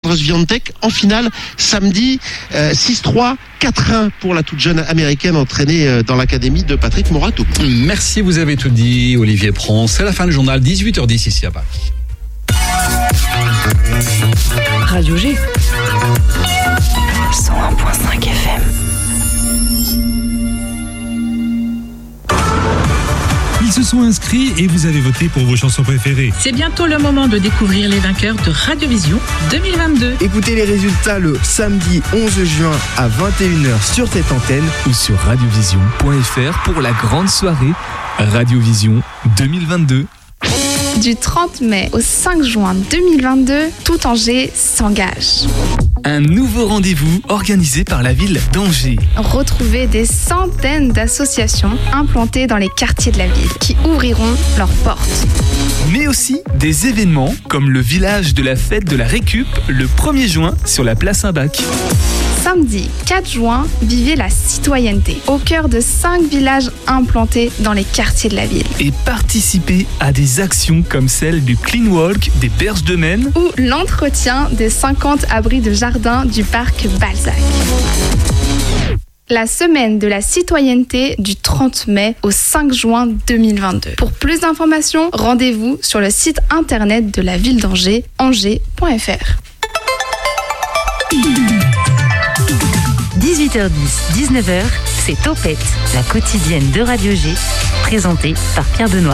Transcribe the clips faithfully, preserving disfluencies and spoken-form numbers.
Sviantec en finale samedi, euh, six trois, quatre un pour la toute jeune américaine entraînée euh, dans l'académie de Patrick Morato. Merci, vous avez tout dit, Olivier Pron. C'est la fin du journal, dix-huit heures dix ici à Paris. Radio G cent un virgule cinq F M. Ils se sont inscrits et vous avez voté pour vos chansons préférées. C'est bientôt le moment de découvrir les vainqueurs de Radiovision deux mille vingt-deux. Écoutez les résultats le samedi onze juin à vingt et une heures sur cette antenne ou sur radiovision point f r pour la grande soirée Radiovision deux mille vingt-deux. Du trente mai au cinq juin deux mille vingt-deux, tout Angers s'engage. Un nouveau rendez-vous organisé par la ville d'Angers. Retrouvez des centaines d'associations implantées dans les quartiers de la ville qui ouvriront leurs portes. Mais aussi des événements comme le village de la fête de la récup le premier juin sur la place Saint-Bac. Samedi quatre juin, vivez la citoyenneté au cœur de cinq villages implantés dans les quartiers de la ville. Et participez à des actions comme celle du Clean Walk des Berges de Maine ou l'entretien des cinquante abris de jardin du parc Balzac. La semaine de la citoyenneté du trente mai au cinq juin deux mille vingt-deux. Pour plus d'informations, rendez-vous sur le site internet de la ville d'Angers, angers point f r. dix-huit heures dix, dix-neuf heures, c'est Topette, la quotidienne de Radio G, présentée par Pierre Benoît.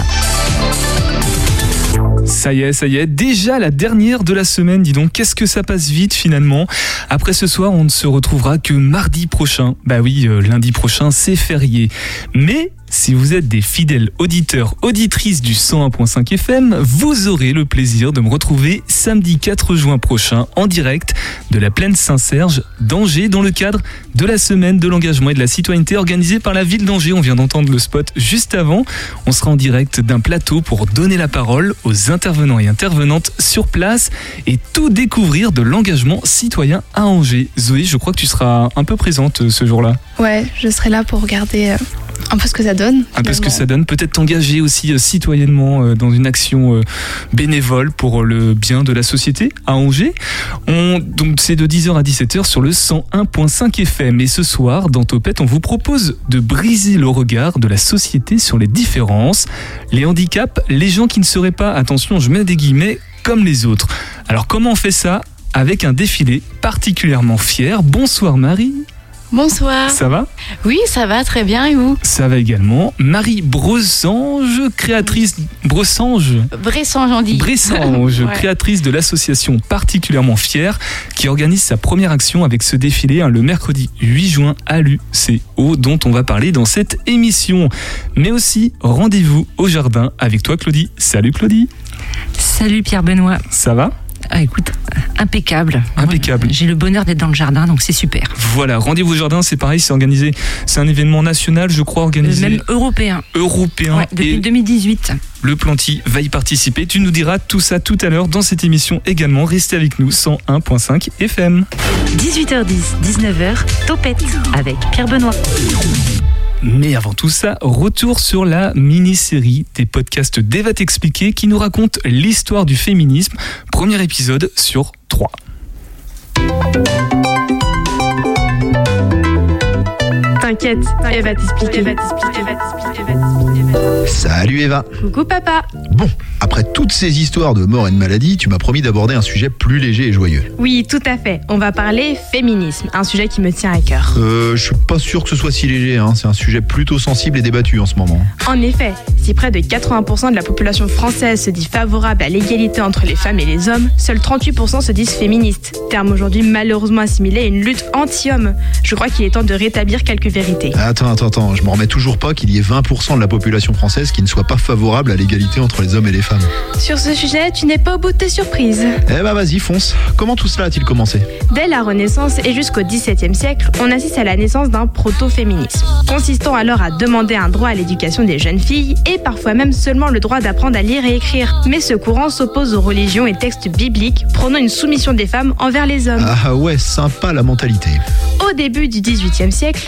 Ça y est, ça y est, déjà la dernière de la semaine, dis donc, qu'est-ce que ça passe vite finalement. Après ce soir, on ne se retrouvera que mardi prochain. Bah oui, euh, lundi prochain, c'est férié. Mais si vous êtes des fidèles auditeurs, auditrices du cent un virgule cinq F M, vous aurez le plaisir de me retrouver samedi quatre juin prochain en direct de la plaine Saint-Serge d'Angers dans le cadre de la semaine de l'engagement et de la citoyenneté organisée par la ville d'Angers. On vient d'entendre le spot juste avant. On sera en direct d'un plateau pour donner la parole aux intervenants et intervenantes sur place et tout découvrir de l'engagement citoyen à Angers. Zoé, je crois que tu seras un peu présente ce jour-là. Ouais, je serai là pour regarder euh, un peu ce que ça donne. Un peu ce que ça donne. Peut-être t'engager aussi euh, citoyennement euh, dans une action euh, bénévole pour le bien de la société à Angers. On, donc c'est de dix heures à dix-sept heures sur le cent un virgule cinq F M. Et ce soir, dans Topette, on vous propose de briser le regard de la société sur les différences, les handicaps, les gens qui ne seraient pas, attention, je mets des guillemets, comme les autres. Alors comment on fait ça ? Avec un défilé particulièrement fier. Bonsoir Marie. Bonsoir. Ça va ? Oui, ça va très bien, et vous ? Ça va également. Marie Bressange, créatrice... Bressange Bressange, on dit. Bressange, ouais. Créatrice de l'association Particulièrement Fière, qui organise sa première action avec ce défilé hein, le mercredi huit juin à l'U C O, dont on va parler dans cette émission. Mais aussi, rendez-vous au jardin avec toi Claudie. Salut Claudie. Salut Pierre Benoît. Ça va ? Ah, écoute, impeccable. Impeccable. J'ai le bonheur d'être dans le jardin, donc c'est super. Voilà, rendez-vous au jardin, c'est pareil, c'est organisé. C'est un événement national, je crois, organisé. Même européen. Européen. Ouais, depuis deux mille dix-huit. Le Planty va y participer. Tu nous diras tout ça tout à l'heure dans cette émission également. Restez avec nous, cent un virgule cinq F M. dix-huit heures dix, dix-neuf heures, Topette avec Pierre Benoît. Mais avant tout ça, retour sur la mini-série des podcasts d'Eva t'expliquer qui nous raconte l'histoire du féminisme. Premier épisode sur trois. T'inquiète, elle va t'expliquer. Salut Eva. Coucou papa. Bon, après toutes ces histoires de mort et de maladie, tu m'as promis d'aborder un sujet plus léger et joyeux. Oui, tout à fait. On va parler féminisme, un sujet qui me tient à cœur. Euh, je suis pas sûr que ce soit si léger, hein. C'est un sujet plutôt sensible et débattu en ce moment. En effet, si près de quatre-vingts pour cent de la population française se dit favorable à l'égalité entre les femmes et les hommes, seuls trente-huit pour cent se disent féministes. Terme aujourd'hui malheureusement assimilé à une lutte anti-homme. Je crois qu'il est temps de rétablir quelques vérités. Attends, attends, attends, je m'en remets toujours pas qu'il y ait vingt pour cent de la population française qui ne soit pas favorable à l'égalité entre les hommes et les femmes. Sur ce sujet, tu n'es pas au bout de tes surprises. Eh bah vas-y, fonce. Comment tout cela a-t-il commencé ? Dès la Renaissance et jusqu'au dix-septième siècle, on assiste à la naissance d'un proto-féminisme, consistant alors à demander un droit à l'éducation des jeunes filles et parfois même seulement le droit d'apprendre à lire et écrire. Mais ce courant s'oppose aux religions et textes bibliques, prônant une soumission des femmes envers les hommes. Ah ouais, sympa la mentalité. Au début du dix-huitième siècle,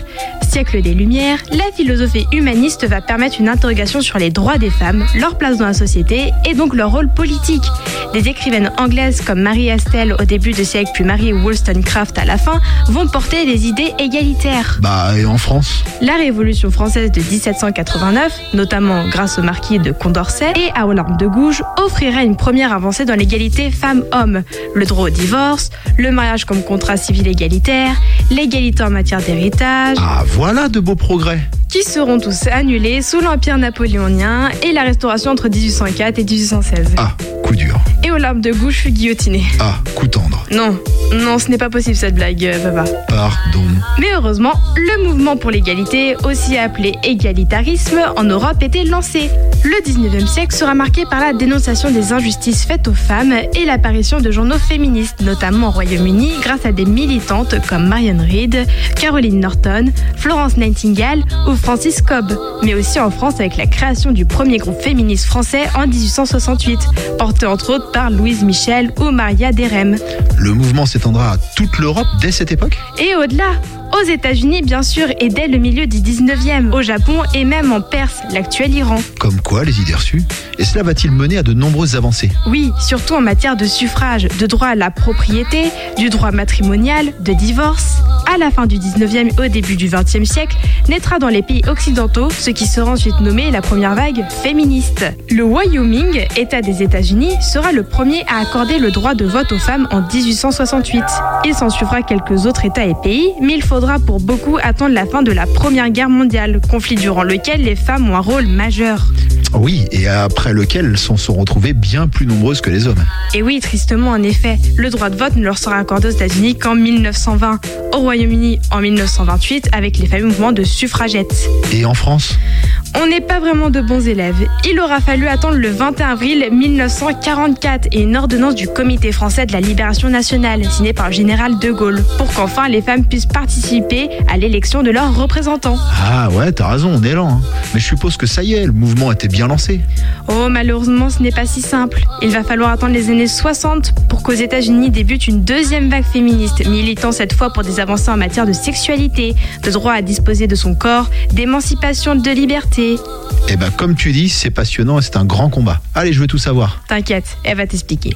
siècle des Lumières, la philosophie humaniste va permettre une interrogation sur les droits des femmes, leur place dans la société et donc leur rôle politique. Des écrivaines anglaises comme Marie Astell au début du siècle puis Mary Wollstonecraft à la fin vont porter des idées égalitaires. Bah, et en France ? La Révolution française de dix-sept cent quatre-vingt-neuf, notamment grâce au marquis de Condorcet et à aux larmes de Gouges, offrirait une première avancée dans l'égalité femmes-hommes. Le droit au divorce, le mariage comme contrat civil égalitaire, l'égalité en matière d'héritage. Ah, voilà de beaux progrès. Qui seront tous annulés sous l'Empire napoléonien et la Restauration entre dix-huit cent quatre et dix-huit cent seize. Ah, coup dur. Et aux larmes de Gouges fut guillotiné. Ah, coup tendre. Non, non, ce n'est pas possible cette blague, euh, papa. Pardon. Mais heureusement, le mouvement pour l'égalité, aussi appelé égalitarisme, en Europe était lancé. Le dix-neuvième siècle sera marqué par la dénonciation des injustices faites aux femmes et l'apparition de journaux féministes, notamment au Royaume-Uni, grâce à des militantes comme Marianne Reed, Caroline Norton, Florence Nightingale ou Francis Cobb, mais aussi en France avec la création du premier groupe féministe français en dix-huit cent soixante-huit, porté entre autres par Louise Michel ou Maria Derem. Le mouvement s'étendra à toute l'Europe dès cette époque ? Et au-delà, aux États-Unis bien sûr et dès le milieu du dix-neuvième, au Japon et même en Perse, l'actuel Iran. Comme quoi les idées reçues ? Et cela va-t-il mener à de nombreuses avancées ? Oui, surtout en matière de suffrage, de droit à la propriété, du droit matrimonial, de divorce. À la fin du dix-neuvième et au début du vingtième siècle, naîtra dans les pays occidentaux ce qui sera ensuite nommé la première vague féministe. Le Wyoming, État des États-Unis, sera le premier à accorder le droit de vote aux femmes en dix-huit cent soixante-huit. Il s'en suivra quelques autres États et pays, mais il faudra pour beaucoup attendre la fin de la Première Guerre mondiale, conflit durant lequel les femmes ont un rôle majeur. Oui, et après lequel elles s'en sont retrouvées bien plus nombreuses que les hommes. Et oui, tristement en effet, le droit de vote ne leur sera accordé aux États-Unis qu'en mille neuf cent vingt, au Royaume-Uni en mille neuf cent vingt-huit avec les fameux mouvements de suffragettes. Et en France ? On n'est pas vraiment de bons élèves. Il aura fallu attendre le vingt et un avril mille neuf cent quarante-quatre et une ordonnance du Comité français de la libération nationale, signée par le général de Gaulle, pour qu'enfin les femmes puissent participer à l'élection de leurs représentants. Ah ouais, t'as raison, on est lent. Hein. Mais je suppose que ça y est, le mouvement était bien lancé. Oh, malheureusement, ce n'est pas si simple. Il va falloir attendre les années soixante pour qu'aux États-Unis débute une deuxième vague féministe, militant cette fois pour des avancées en matière de sexualité, de droit à disposer de son corps, d'émancipation, de liberté. Eh ben, comme tu dis, c'est passionnant et c'est un grand combat. Allez, je veux tout savoir. T'inquiète, elle va t'expliquer.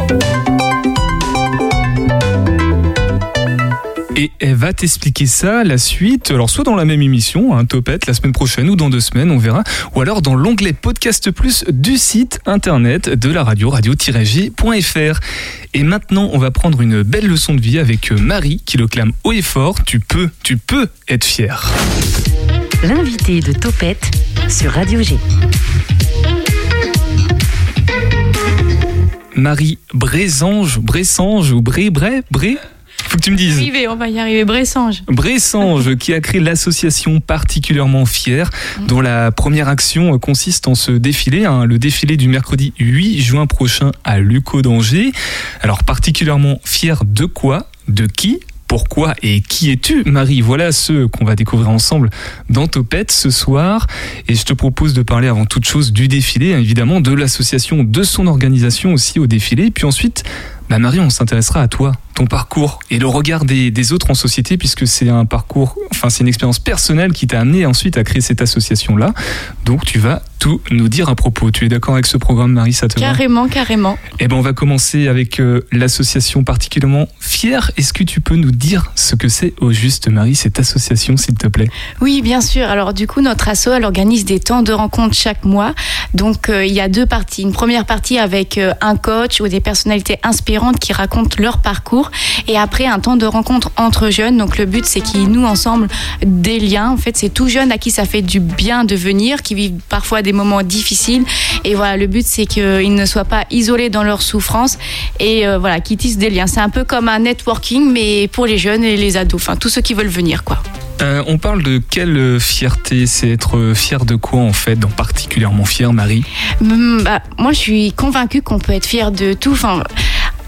Et elle va t'expliquer ça, la suite, alors soit dans la même émission, hein, Topette, la semaine prochaine ou dans deux semaines, on verra, ou alors dans l'onglet Podcast Plus du site internet de la radio, radio tiret g point f r. Et maintenant, on va prendre une belle leçon de vie avec Marie qui le clame haut et fort, tu peux, tu peux être fier. L'invité de Topette sur Radio G. Marie Bressange, Bressange ou Bré, Bré, Bré faut que tu me dises. Arrivé, on va y arriver. Bressange. Bressange, qui a créé l'association Particulièrement Fière, dont la première action consiste en ce défilé, hein, le défilé du mercredi huit juin prochain à Lucco d'Angers. Alors, particulièrement fière de quoi ? De qui ? Pourquoi et qui es-tu, Marie ? Voilà ce qu'on va découvrir ensemble dans Topette ce soir. Et je te propose de parler avant toute chose du défilé, évidemment, de l'association, de son organisation aussi au défilé. Puis ensuite, bah Marie, on s'intéressera à toi, ton parcours et le regard des, des autres en société, puisque c'est un parcours, enfin c'est une expérience personnelle qui t'a amené ensuite à créer cette association-là. Donc tu vas tout nous dire à propos. Tu es d'accord avec ce programme, Marie, ça te va ? Carrément, carrément. Eh ben on va commencer avec euh, l'association Particulièrement Fière. Est-ce que tu peux nous dire ce que c'est au juste, Marie, cette association, s'il te plaît ? Oui, bien sûr. Alors du coup, notre asso, elle organise des temps de rencontres chaque mois. Donc euh, il y a deux parties. Une première partie avec euh, un coach ou des personnalités inspirantes qui racontent leur parcours, et après un temps de rencontre entre jeunes. Donc le but, c'est qu'ils nouent ensemble des liens. En fait, c'est tout jeune à qui ça fait du bien de venir, qui vivent parfois des moments difficiles, et voilà, le but, c'est qu'ils ne soient pas isolés dans leur souffrance, et euh, voilà, qu'ils tissent des liens. C'est un peu comme un networking, mais pour les jeunes et les ados, enfin tous ceux qui veulent venir, quoi. Euh, on parle de quelle fierté ? C'est être fier de quoi, en fait, dans Particulièrement Fier, Marie ? Mmh, bah, moi, je suis convaincue qu'on peut être fier de tout. Enfin,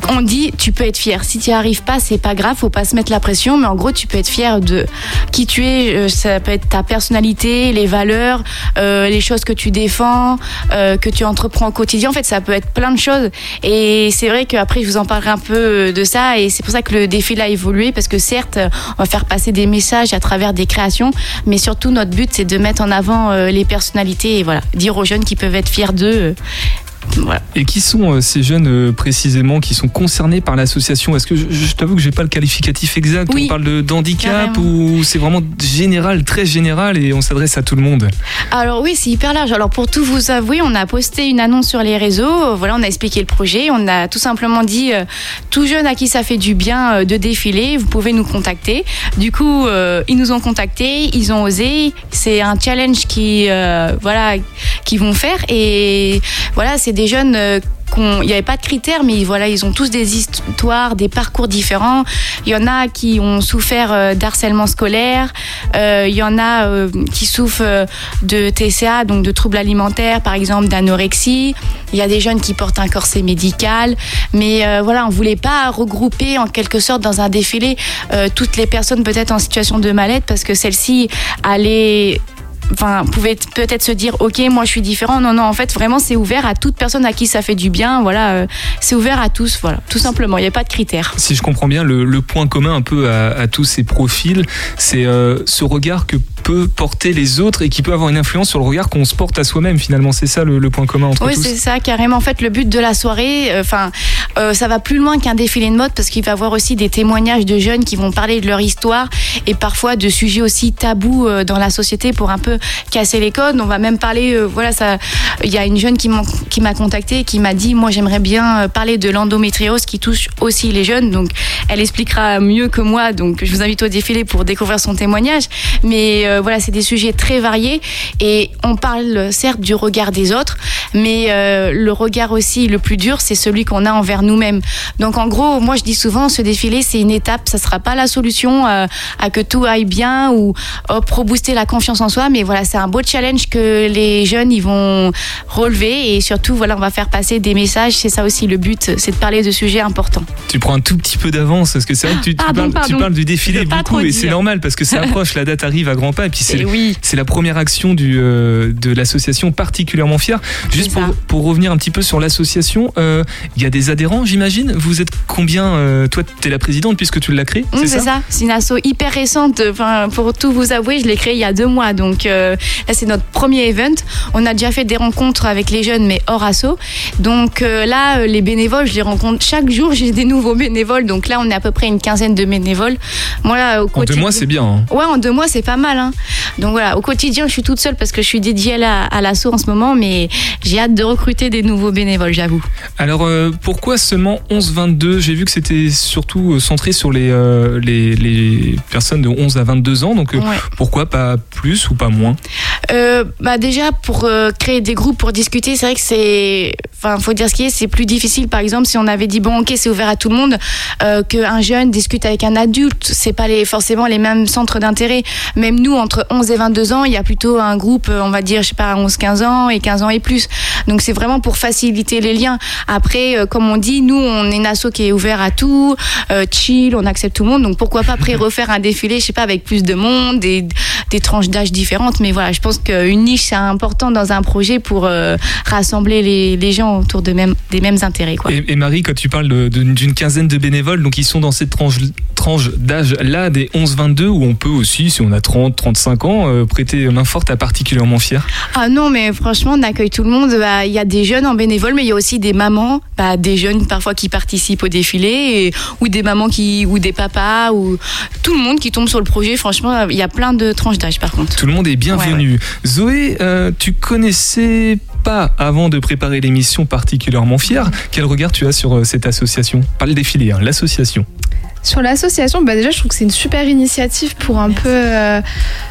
on dit tu peux être fier. Si tu n'y arrives pas, c'est pas grave, faut pas se mettre la pression, mais en gros tu peux être fier de qui tu es. Ça peut être ta personnalité, les valeurs, euh, les choses que tu défends, euh, que tu entreprends au quotidien. En fait, ça peut être plein de choses. Et c'est vrai qu'après je vous en parlerai un peu de ça, et c'est pour ça que le défilé a évolué, parce que certes on va faire passer des messages à travers des créations, mais surtout notre but c'est de mettre en avant euh, les personnalités et voilà, dire aux jeunes qu'ils peuvent être fiers d'eux. Euh, Voilà. Et qui sont euh, ces jeunes euh, précisément qui sont concernés par l'association? Est-ce que je, je t'avoue que j'ai pas le qualificatif exact? Oui, on parle de, d'handicap carrément. ou c'est vraiment général, très général et on s'adresse à tout le monde? Alors oui, c'est hyper large. Alors pour tout vous avouer, on a posté une annonce sur les réseaux. Voilà, on a expliqué le projet. On a tout simplement dit euh, tout jeune à qui ça fait du bien euh, de défiler, vous pouvez nous contacter. Du coup, euh, ils nous ont contactés, ils ont osé. C'est un challenge qui euh, voilà qu'ils vont faire et voilà, c'est des jeunes euh, il n'y avait pas de critères, mais voilà, ils ont tous des histoires, des parcours différents. Il y en a qui ont souffert euh, d'harcèlement scolaire, euh, il y en a euh, qui souffrent euh, de T C A, donc de troubles alimentaires, par exemple d'anorexie. Il y a des jeunes qui portent un corset médical, mais euh, voilà, on ne voulait pas regrouper en quelque sorte dans un défilé euh, toutes les personnes peut-être en situation de mal-être, parce que celles-ci allaient... Enfin, pouvait peut-être se dire ok, moi je suis différent. Non non, en fait vraiment c'est ouvert à toute personne à qui ça fait du bien. Voilà, euh, c'est ouvert à tous, voilà, tout simplement, il n'y a pas de critères. Si je comprends bien, le, le point commun un peu à, à tous ces profils, c'est euh, ce regard que peut porter les autres et qui peut avoir une influence sur le regard qu'on se porte à soi-même. Finalement, c'est ça le, le point commun entre oui, tous. Oui, c'est ça, carrément. En fait, le but de la soirée, enfin, euh, euh, ça va plus loin qu'un défilé de mode, parce qu'il va y avoir aussi des témoignages de jeunes qui vont parler de leur histoire et parfois de sujets aussi tabous euh, dans la société pour un peu casser les codes. On va même parler, euh, voilà, ça. Il y a une jeune qui m'a, qui m'a contactée, qui m'a dit, moi, j'aimerais bien parler de l'endométriose qui touche aussi les jeunes. Donc, elle expliquera mieux que moi. Donc, je vous invite au défilé pour découvrir son témoignage. Mais euh, voilà, c'est des sujets très variés et on parle certes du regard des autres, mais euh, le regard aussi le plus dur, c'est celui qu'on a envers nous-mêmes. Donc, en gros, moi, je dis souvent, ce défilé, c'est une étape. Ça sera pas la solution euh, à que tout aille bien ou hop, rebooster la confiance en soi, mais voilà, c'est un beau challenge que les jeunes ils vont relever et surtout voilà, on va faire passer des messages. C'est ça aussi le but, c'est de parler de sujets importants. Tu prends un tout petit peu d'avance parce que c'est vrai que tu, tu, pardon, parles, pardon. tu parles du défilé beaucoup et c'est dire. normal parce que ça approche, la date arrive à grands pas et puis c'est, et oui. c'est la première action du, euh, de l'association particulièrement fière. Juste pour, pour revenir un petit peu sur l'association, il euh, y a des adhérents, j'imagine. Vous êtes combien euh, Toi, tu es la présidente puisque tu l'as créée, mmh, c'est, c'est ça, ça C'est une asso hyper récente. Enfin, pour tout vous avouer, je l'ai créée il y a deux mois. Donc euh, là, c'est notre premier event. On a déjà fait des rencontres avec les jeunes, mais hors asso. Donc euh, là, les bénévoles, je les rencontre chaque jour. J'ai des nouveaux bénévoles. Donc là, on est à peu près une quinzaine de bénévoles. Moi, là, au quotidien... En deux mois, c'est bien. Hein. Ouais, en deux mois, c'est pas mal. Hein. Donc voilà, au quotidien, je suis toute seule parce que je suis dédiée à, la, à l'asso en ce moment, mais j'ai hâte de recruter des nouveaux bénévoles, j'avoue. Alors, euh, pourquoi seulement onze vingt-deux ? J'ai vu que c'était surtout centré sur les, euh, les, les personnes de onze à vingt-deux ans. Donc, euh, ouais. Pourquoi pas plus ou pas moins ? euh, bah Déjà, pour euh, créer des groupes pour discuter, c'est vrai que c'est... Enfin, faut dire ce qui est, c'est plus difficile. Par exemple, si on avait dit, bon, ok, c'est ouvert à tout le monde, euh, qu'un jeune discute avec un adulte, c'est pas les, forcément les mêmes centres d'intérêt. Même nous, entre onze et vingt-deux ans, il y a plutôt un groupe, on va dire, je sais pas, onze quinze ans et quinze ans et plus. Donc, c'est vraiment pour faciliter les liens. Après, euh, comme on dit, nous, on est une asso qui est ouvert à tout, euh, chill, on accepte tout le monde. Donc, pourquoi pas après refaire un défilé, je sais pas, avec plus de monde, des, des tranches d'âge différentes. Mais voilà, je pense qu'une niche, c'est important dans un projet pour euh, rassembler les, les gens autour de même, des mêmes intérêts, quoi. Et, et Marie, quand tu parles de, de, d'une quinzaine de bénévoles, donc ils sont dans cette tranche, tranche d'âge-là des onze vingt-deux, où on peut aussi, si on a trente trente-cinq ans, euh, prêter main forte à particulièrement fier. Ah non, mais franchement, on accueille tout le monde. Bah, il y a des jeunes en bénévole, mais il y a aussi des mamans, bah, des jeunes parfois qui participent au défilé, et, ou des mamans qui, ou des papas, ou tout le monde qui tombe sur le projet. Franchement, il y a plein de tranches d'âge par contre. Tout le monde est bienvenu. Ouais, ouais. Zoé, euh, tu connaissais pas avant de préparer l'émission particulièrement fière. Quel regard tu as sur euh, cette association ? Pas le défilé, hein, l'association. Sur l'association, bah déjà je trouve que c'est une super initiative pour un Merci. peu euh,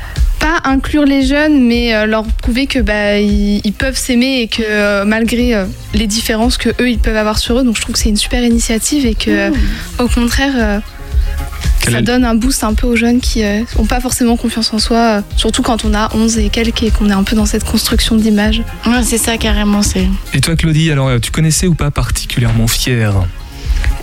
pas inclure les jeunes, mais euh, leur prouver que bah ils, ils peuvent s'aimer et que euh, malgré euh, les différences que eux ils peuvent avoir sur eux. Donc je trouve que c'est une super initiative et que mmh. euh, au contraire euh, ça donne un boost un peu aux jeunes qui n'ont euh, pas forcément confiance en soi, euh, surtout quand on a onze et quelques et qu'on est un peu dans cette construction d'image. Ouais, c'est ça carrément. C'est... Et toi Claudie, alors tu connaissais ou pas particulièrement fière ?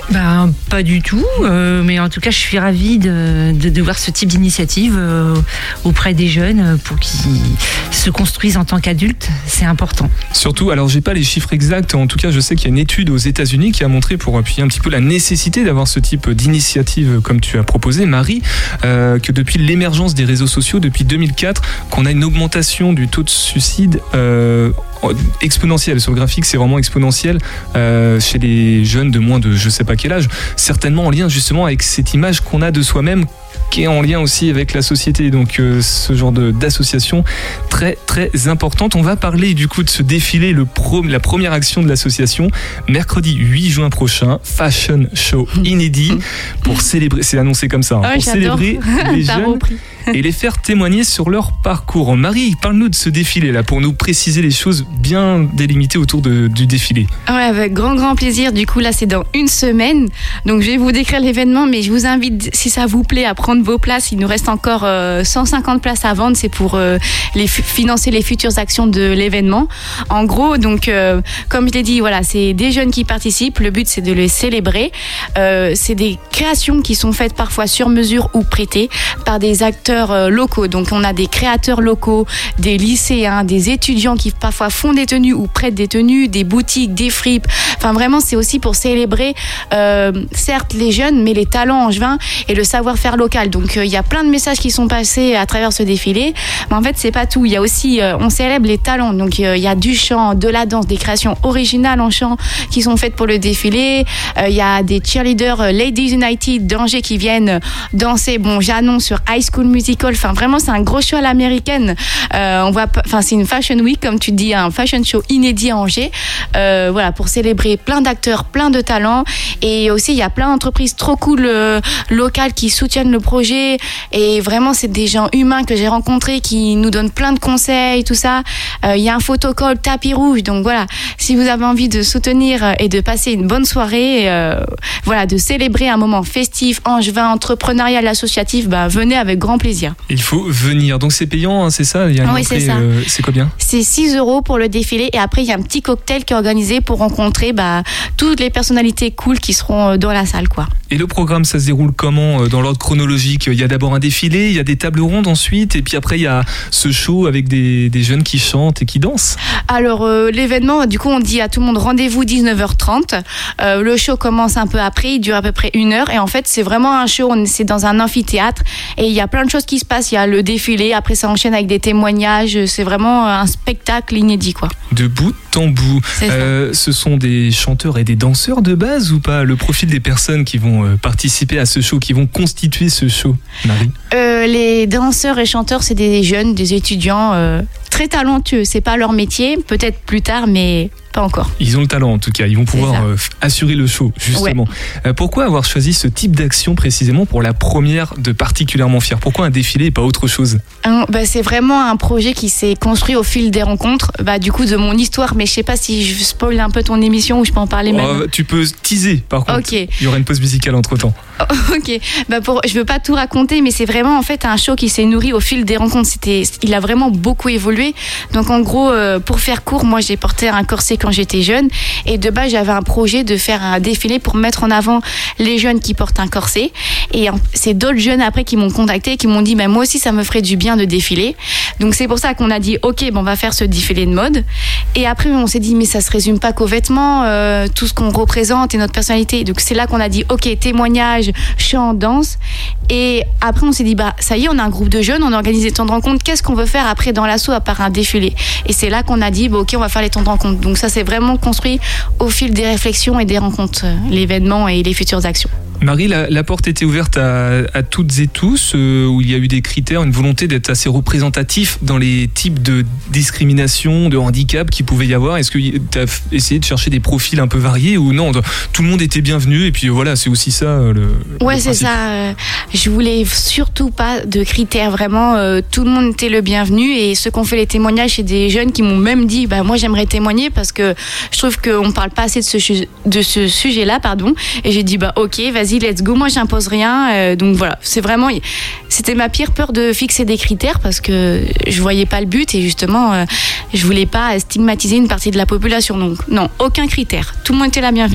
Ben, pas du tout, euh, mais en tout cas je suis ravie de, de, de voir ce type d'initiative euh, auprès des jeunes pour qu'ils se construisent en tant qu'adultes, c'est important. Surtout, alors j'ai pas les chiffres exacts, en tout cas je sais qu'il y a une étude aux États-Unis qui a montré, pour appuyer un petit peu la nécessité d'avoir ce type d'initiative comme tu as proposé Marie, euh, que depuis l'émergence des réseaux sociaux, depuis deux mille quatre, qu'on a une augmentation du taux de suicide euh, exponentielle. Sur le graphique c'est vraiment exponentiel euh, chez les jeunes de moins de je sais pas quel âge, certainement en lien justement avec cette image qu'on a de soi-même qui est en lien aussi avec la société, donc euh, ce genre de, d'association très très importante. On va parler du coup de ce défilé, le pro, la première action de l'association, mercredi huit juin prochain, Fashion Show inédit pour célébrer, c'est annoncé comme ça, hein, oh, pour célébrer les jeunes et les faire témoigner sur leur parcours. Marie, parle-nous de ce défilé là pour nous préciser les choses bien délimitées autour de, du défilé. Ouais, avec grand grand plaisir. Du coup là c'est dans une semaine, donc je vais vous décrire l'événement, mais je vous invite, si ça vous plaît, à prendre vos places. Il nous reste encore euh, cent cinquante places à vendre, c'est pour euh, les f- financer les futures actions de l'événement. En gros, donc euh, comme je l'ai dit, voilà, c'est des jeunes qui participent. Le but c'est de les célébrer. Euh, c'est des créations qui sont faites parfois sur mesure ou prêtées par des acteurs locaux. Donc on a des créateurs locaux, des lycéens, des étudiants qui parfois font des tenues ou prêtent des tenues, des boutiques, des fripes. Enfin vraiment c'est aussi pour célébrer euh, certes les jeunes, mais les talents angevins et le savoir-faire local. Donc il euh, y a plein de messages qui sont passés à travers ce défilé, mais en fait c'est pas tout. Il y a aussi, euh, on célèbre les talents. Donc il euh, y a du chant, de la danse, des créations originales en chant qui sont faites pour le défilé. Il euh, y a des cheerleaders euh, Ladies United d'Angers qui viennent danser. Bon, j'annonce sur High School Musical. Enfin, vraiment, c'est un gros show à l'américaine. Euh, on va, enfin, c'est une fashion week, comme tu dis, un fashion show inédit à Angers. Euh, voilà, pour célébrer plein d'acteurs, plein de talents. Et aussi, il y a plein d'entreprises trop cool euh, locales qui soutiennent le projet. Et vraiment, c'est des gens humains que j'ai rencontrés qui nous donnent plein de conseils, tout ça. Euh, il y a un photocall tapis rouge. Donc voilà, si vous avez envie de soutenir et de passer une bonne soirée, euh, voilà, de célébrer un moment festif, angevin, entrepreneurial, associatif, bah, venez avec grand plaisir. Il faut venir. Donc c'est payant, hein, c'est ça? Il y a une oui, entrée, c'est ça. Euh, c'est combien? C'est six euros pour le défilé et après il y a un petit cocktail qui est organisé pour rencontrer bah, toutes les personnalités cool qui seront dans la salle, quoi. Et le programme, ça se déroule comment dans l'ordre chronologique? Il y a d'abord un défilé, il y a des tables rondes ensuite, et puis après il y a ce show avec des, des jeunes qui chantent et qui dansent. Alors euh, l'événement, du coup on dit à tout le monde rendez-vous dix-neuf heures trente. Euh, le show commence un peu après, il dure à peu près une heure et en fait c'est vraiment un show, on, c'est dans un amphithéâtre et il y a plein de choses qui se passent. Il y a le défilé, après ça enchaîne avec des témoignages, c'est vraiment un spectacle inédit, quoi. De bout en bout. Euh, ce sont des chanteurs et des danseurs de base ou pas? Le profil des personnes qui vont euh, participer à ce show, qui vont constituer ce show, Marie? euh, Les danseurs et chanteurs, c'est des jeunes, des étudiants euh, très talentueux. C'est pas leur métier, peut-être plus tard, mais pas encore. Ils ont le talent en tout cas, ils vont pouvoir euh, assurer le show, justement. Ouais. Euh, pourquoi avoir choisi ce type d'action précisément pour la première de Particulièrement Fier? Pourquoi un défilé et pas autre chose? un, bah, C'est vraiment un projet qui s'est construit au fil des rencontres, bah, du coup de mon histoire, mais je sais pas si je spoil un peu ton émission ou je peux en parler même. Oh, tu peux teaser par contre, okay. Il y aura une pause musicale entre temps. Ok, bah pour, je veux pas tout raconter, mais c'est vraiment en fait un show qui s'est nourri au fil des rencontres. C'était, il a vraiment beaucoup évolué. Donc en gros, euh, pour faire court, moi j'ai porté un corset quand j'étais jeune et de base j'avais un projet de faire un défilé pour mettre en avant les jeunes qui portent un corset. Et c'est d'autres jeunes après qui m'ont contacté, qui m'ont dit bah, moi aussi ça me ferait du bien de défiler. Donc c'est pour ça qu'on a dit ok, bon, on va faire ce défilé de mode. Et après on s'est dit mais ça se résume pas qu'aux vêtements, euh, tout ce qu'on représente et notre personnalité. Donc c'est là qu'on a dit ok, témoignage, chant, danse. Et après on s'est dit bah ça y est, on a un groupe de jeunes, on a organisé des temps de rencontre, qu'est-ce qu'on veut faire après dans l'assaut à part un défilé? Et c'est là qu'on a dit bah, ok, on va faire les temps de rencontre. Donc ça c'est vraiment construit au fil des réflexions et des rencontres, l'événement et les futures actions. Marie, la, la porte était ouverte à, à toutes et tous, euh, où il y a eu des critères, une volonté d'être assez représentatif dans les types de discrimination, de handicap qu'il pouvait y avoir. Est-ce que tu as essayé de chercher des profils un peu variés ou non? Tout le monde était bienvenu et puis voilà, c'est aussi ça le. Ouais, le c'est ça. Euh, je voulais surtout pas de critères, vraiment. Euh, tout le monde était le bienvenu et ceux qui ont fait les témoignages, c'est des jeunes qui m'ont même dit bah, moi j'aimerais témoigner parce que je trouve qu'on parle pas assez de ce, de ce sujet-là, pardon. Et j'ai dit bah ok, vas-y. Vas-y, let's go, moi j'impose rien, euh, donc voilà, c'est vraiment, c'était ma pire peur de fixer des critères parce que je voyais pas le but et justement euh, je voulais pas stigmatiser une partie de la population, donc non, aucun critère, tout le monde était la bienvenue.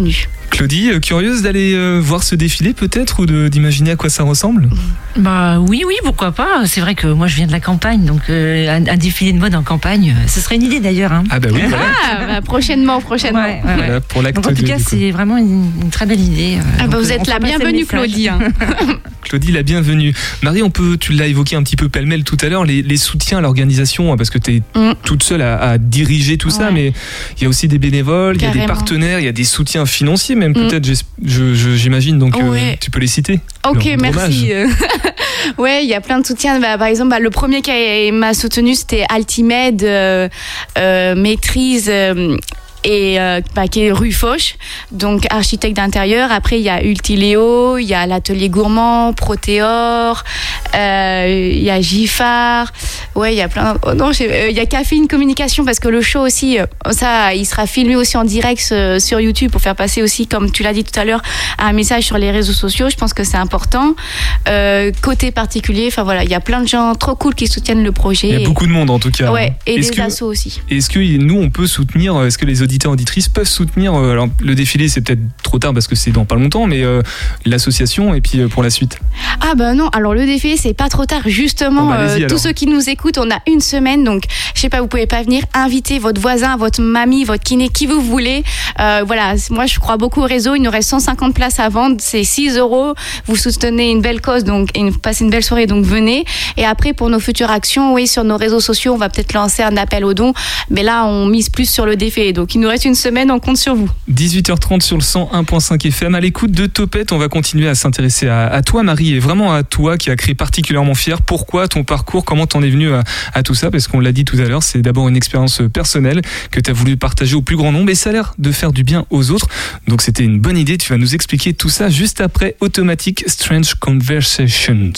Claudie, euh, curieuse d'aller euh, voir ce défilé peut-être ou de, d'imaginer à quoi ça ressemble? Bah oui, oui, pourquoi pas. C'est vrai que moi je viens de la campagne, donc euh, un, un défilé de mode en campagne, euh, ce serait une idée d'ailleurs. Hein. Ah bah oui. Voilà. Ah, bah, prochainement, prochainement. Ouais, ouais, ouais. Voilà, pour l'acte Donc, en tout deux, cas, du coup. c'est vraiment une, une très belle idée. euh, Ah bah, donc, vous euh, êtes on la fait passer le bienvenue, message. Claudie. hein. Claudie, la bienvenue. Marie, on peut, tu l'as évoqué un petit peu pêle-mêle tout à l'heure, les, les soutiens à l'organisation, parce que tu es Mm. toute seule à, à diriger tout ça, Ouais. mais il y a aussi des bénévoles, il y a des Carrément. partenaires, il y a des soutiens financiers même Mm. peut-être, j'es- je- je- j'imagine, donc euh, Ouais. tu peux les citer. Ok, Leur rendre merci. hommage. Ouais, il y a plein de soutiens. Bah, par exemple, bah, le premier qui a- m'a soutenu, c'était Altimed, euh, euh, maîtrise. euh, et euh, bah, qui est rue Foch, donc architecte d'intérieur. Après, il y a Ultiléo, il y a l'atelier gourmand, Protéor, euh, il y a Giffard. Ouais, il y a plein. Oh non, j'ai- euh, il y a Caféine Communication parce que le show aussi, euh, ça, il sera filmé aussi en direct euh, sur YouTube pour faire passer aussi, comme tu l'as dit tout à l'heure, un message sur les réseaux sociaux. Je pense que c'est important. Euh, côté particulier, enfin voilà, il y a plein de gens trop cool qui soutiennent le projet. Il y a Et- beaucoup de monde en tout cas. Ouais, et Est-ce des que- assos aussi. Est-ce que nous, on peut soutenir, est-ce que les auditeurs auditrices peuvent soutenir, euh, alors le défilé c'est peut-être trop tard parce que c'est dans pas longtemps, mais euh, l'association et puis euh, pour la suite? Ah bah non, alors le défilé c'est pas trop tard, justement. Bon, bah, allez-y, euh, alors. tous ceux qui nous écoutent, on a une semaine, donc je sais pas, vous pouvez pas venir, inviter votre voisin, votre mamie, votre kiné, qui vous voulez. Euh, voilà, moi je crois beaucoup au réseau, il nous reste cent cinquante places à vendre, c'est six euros, vous soutenez une belle cause, donc et une, passez une belle soirée, donc venez. Et après pour nos futures actions, oui, sur nos réseaux sociaux, on va peut-être lancer un appel aux dons, mais là on mise plus sur le défilé, donc il nous reste une semaine, on compte sur vous. dix-huit heures trente sur le cent un virgule cinq F M. À l'écoute de Topette, on va continuer à s'intéresser à, à toi, Marie, et vraiment à toi qui a créé particulièrement fier. Pourquoi ton parcours? Comment t'en es venu à, à tout ça? Parce qu'on l'a dit tout à l'heure, c'est d'abord une expérience personnelle que tu as voulu partager au plus grand nombre et ça a l'air de faire du bien aux autres. Donc c'était une bonne idée. Tu vas nous expliquer tout ça juste après Automatic Strange Conversations.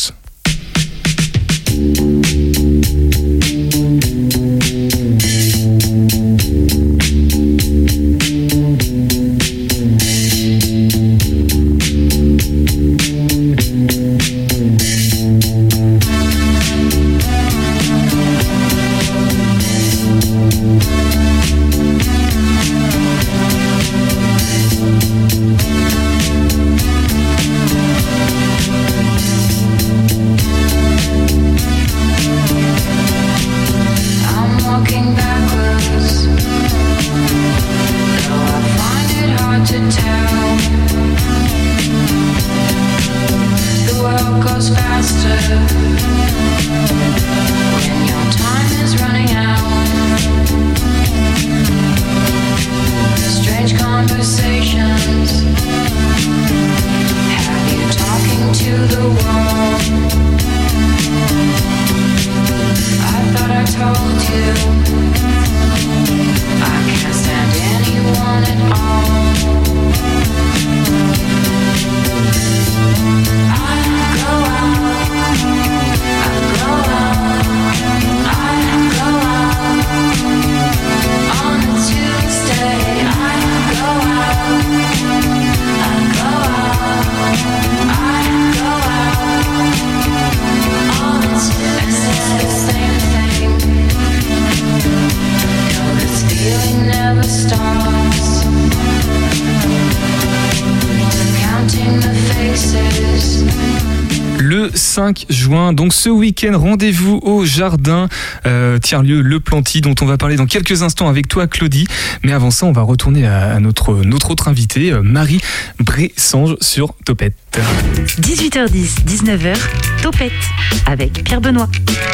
I'm walking backwards, though I find it hard to tell. The world goes faster when your time is running out. Strange conversations have you talking to the wall. I thought I told you I can't stand anyone at all. I go out, I go out, I go out on a Tuesday. I go out, I go out, I go out on a Tuesday. The same thing. No, this feeling never stops. Counting the faces. Le cinq juin, donc ce week-end, rendez-vous au jardin euh, tiers-lieu Le Planty, dont on va parler dans quelques instants avec toi, Claudie. Mais avant ça, on va retourner à, à notre, notre autre invitée, euh, Marie Bressange sur Topette. dix-huit heures dix, dix-neuf heures, Topette avec Pierre Benoît.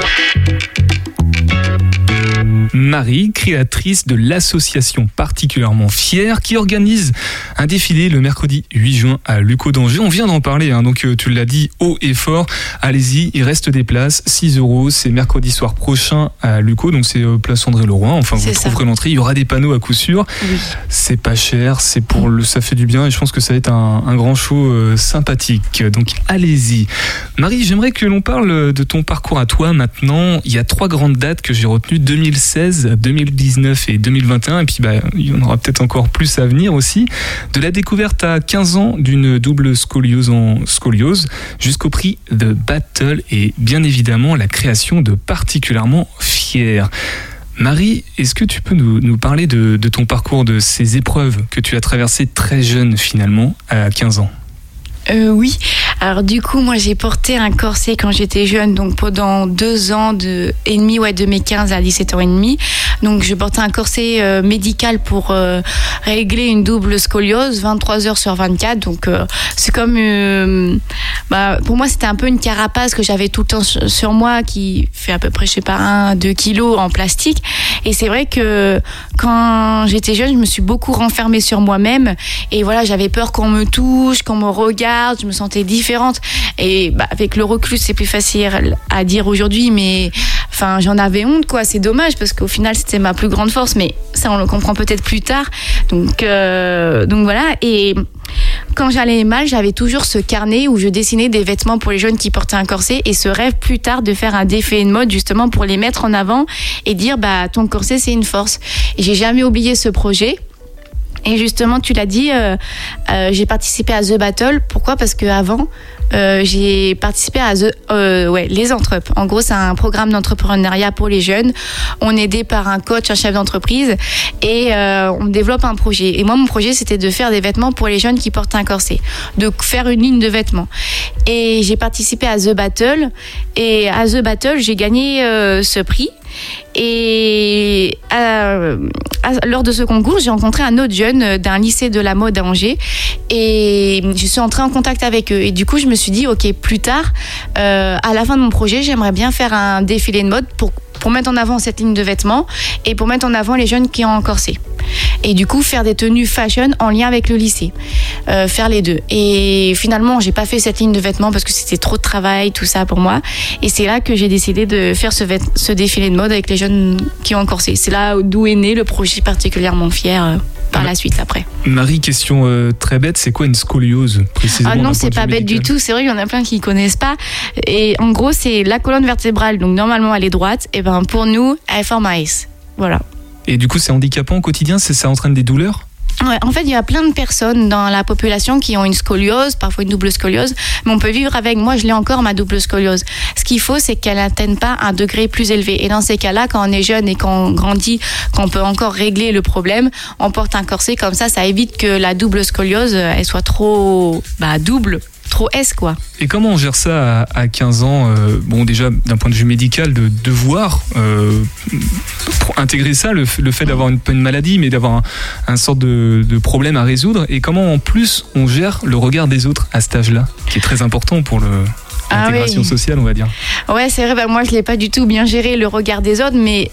Marie, créatrice de l'association Particulièrement Fière, qui organise un défilé le mercredi huit juin à Lucaux d'Angers. On vient d'en parler, hein, donc euh, tu l'as dit haut et fort. Allez-y, il reste des places, six euros. C'est mercredi soir prochain à Lucaux, donc c'est euh, place André-Leroy. Enfin, vous C'est ça. trouverez l'entrée. Il y aura des panneaux à coup sûr. Oui. C'est pas cher, c'est pour le, ça fait du bien et je pense que ça va être un, un grand show euh, sympathique. Donc allez-y. Marie, j'aimerais que l'on parle de ton parcours à toi maintenant. Il y a trois grandes dates que j'ai retenues, deux mille seize, deux mille dix-neuf et deux mille vingt et un. Et puis bah, il y en aura peut-être encore plus à venir aussi. De la découverte à quinze ans d'une double scoliose en scoliose jusqu'au prix The Battle et bien évidemment la création de Particulièrement Fière. Marie, est-ce que tu peux nous, nous parler de, de ton parcours, de ces épreuves que tu as traversées très jeune finalement, à quinze ans? Euh, oui, alors du coup moi j'ai porté un corset quand j'étais jeune, donc pendant deux ans de, et demi, ouais, de mes quinze à dix-sept ans et demi. Donc je portais un corset euh, médical pour euh, régler une double scoliose vingt-trois heures sur vingt-quatre. Donc euh, c'est comme, euh, bah, pour moi c'était un peu une carapace que j'avais tout le temps sur, sur moi, qui fait à peu près, je sais pas, un, deux kilos en plastique. Et c'est vrai que quand j'étais jeune, je me suis beaucoup renfermée sur moi-même. Et voilà, j'avais peur qu'on me touche, qu'on me regarde. Je me sentais différente. Et bah, avec le recul, c'est plus facile à dire aujourd'hui, mais enfin, j'en avais honte, quoi. C'est dommage parce qu'au final, c'était ma plus grande force. Mais ça, on le comprend peut-être plus tard. Donc, euh, donc voilà. Et quand j'allais mal, j'avais toujours ce carnet où je dessinais des vêtements pour les jeunes qui portaient un corset, et ce rêve plus tard de faire un défilé de mode justement pour les mettre en avant et dire bah ton corset c'est une force. Et j'ai jamais oublié ce projet. Et justement, tu l'as dit, euh, euh, j'ai participé à The Battle. Pourquoi ? Parce qu'avant, euh, j'ai participé à The, euh, ouais, les Entrep. En gros, c'est un programme d'entrepreneuriat pour les jeunes. On est aidé par un coach, un chef d'entreprise, et euh, on développe un projet. Et moi, mon projet, c'était de faire des vêtements pour les jeunes qui portent un corset, de faire une ligne de vêtements. Et j'ai participé à The Battle. Et à The Battle, j'ai gagné euh, ce prix. Et euh, à, lors de ce concours, j'ai rencontré un autre jeune d'un lycée de la mode à Angers, et je suis entrée en contact avec eux. Et du coup, je me suis dit, ok, plus tard, euh, à la fin de mon projet, j'aimerais bien faire un défilé de mode pour pour mettre en avant cette ligne de vêtements et pour mettre en avant les jeunes qui ont un corset. Et du coup, faire des tenues fashion en lien avec le lycée. Euh, faire les deux. Et finalement, j'ai pas fait cette ligne de vêtements parce que c'était trop de travail, tout ça pour moi. Et c'est là que j'ai décidé de faire ce, vêt- ce défilé de mode avec les jeunes qui ont un corset. C'est là d'où est né le projet particulièrement fier euh, par la suite après. Marie, question euh, très bête, c'est quoi une scoliose précisément? Ah non, d'un c'est point pas de vue bête du médical? tout. C'est vrai qu'il y en a plein qui connaissent pas. Et en gros, c'est la colonne vertébrale. Donc normalement, elle est droite. Et ben pour nous, elle forme un S. Voilà. Et du coup, c'est handicapant au quotidien? c'est, Ça entraîne des douleurs? Ouais, en fait, il y a plein de personnes dans la population qui ont une scoliose, parfois une double scoliose, mais on peut vivre avec. Moi, je l'ai encore, ma double scoliose. Ce qu'il faut, c'est qu'elle n'atteigne pas un degré plus élevé. Et dans ces cas-là, quand on est jeune et qu'on grandit, qu'on peut encore régler le problème, on porte un corset comme ça, ça évite que la double scoliose, elle soit trop bah, double. Trop S, quoi. Et comment on gère ça à, à quinze ans? euh, Bon, déjà, d'un point de vue médical, de devoir euh, pour intégrer ça, le, le fait d'avoir une, une maladie, mais d'avoir un, un sorte de, de problème à résoudre. Et comment, en plus, on gère le regard des autres à cet âge-là, qui est très important pour le... l'intégration ah oui. sociale, on va dire. Ouais, c'est vrai, bah, moi je l'ai pas du tout bien géré le regard des autres, mais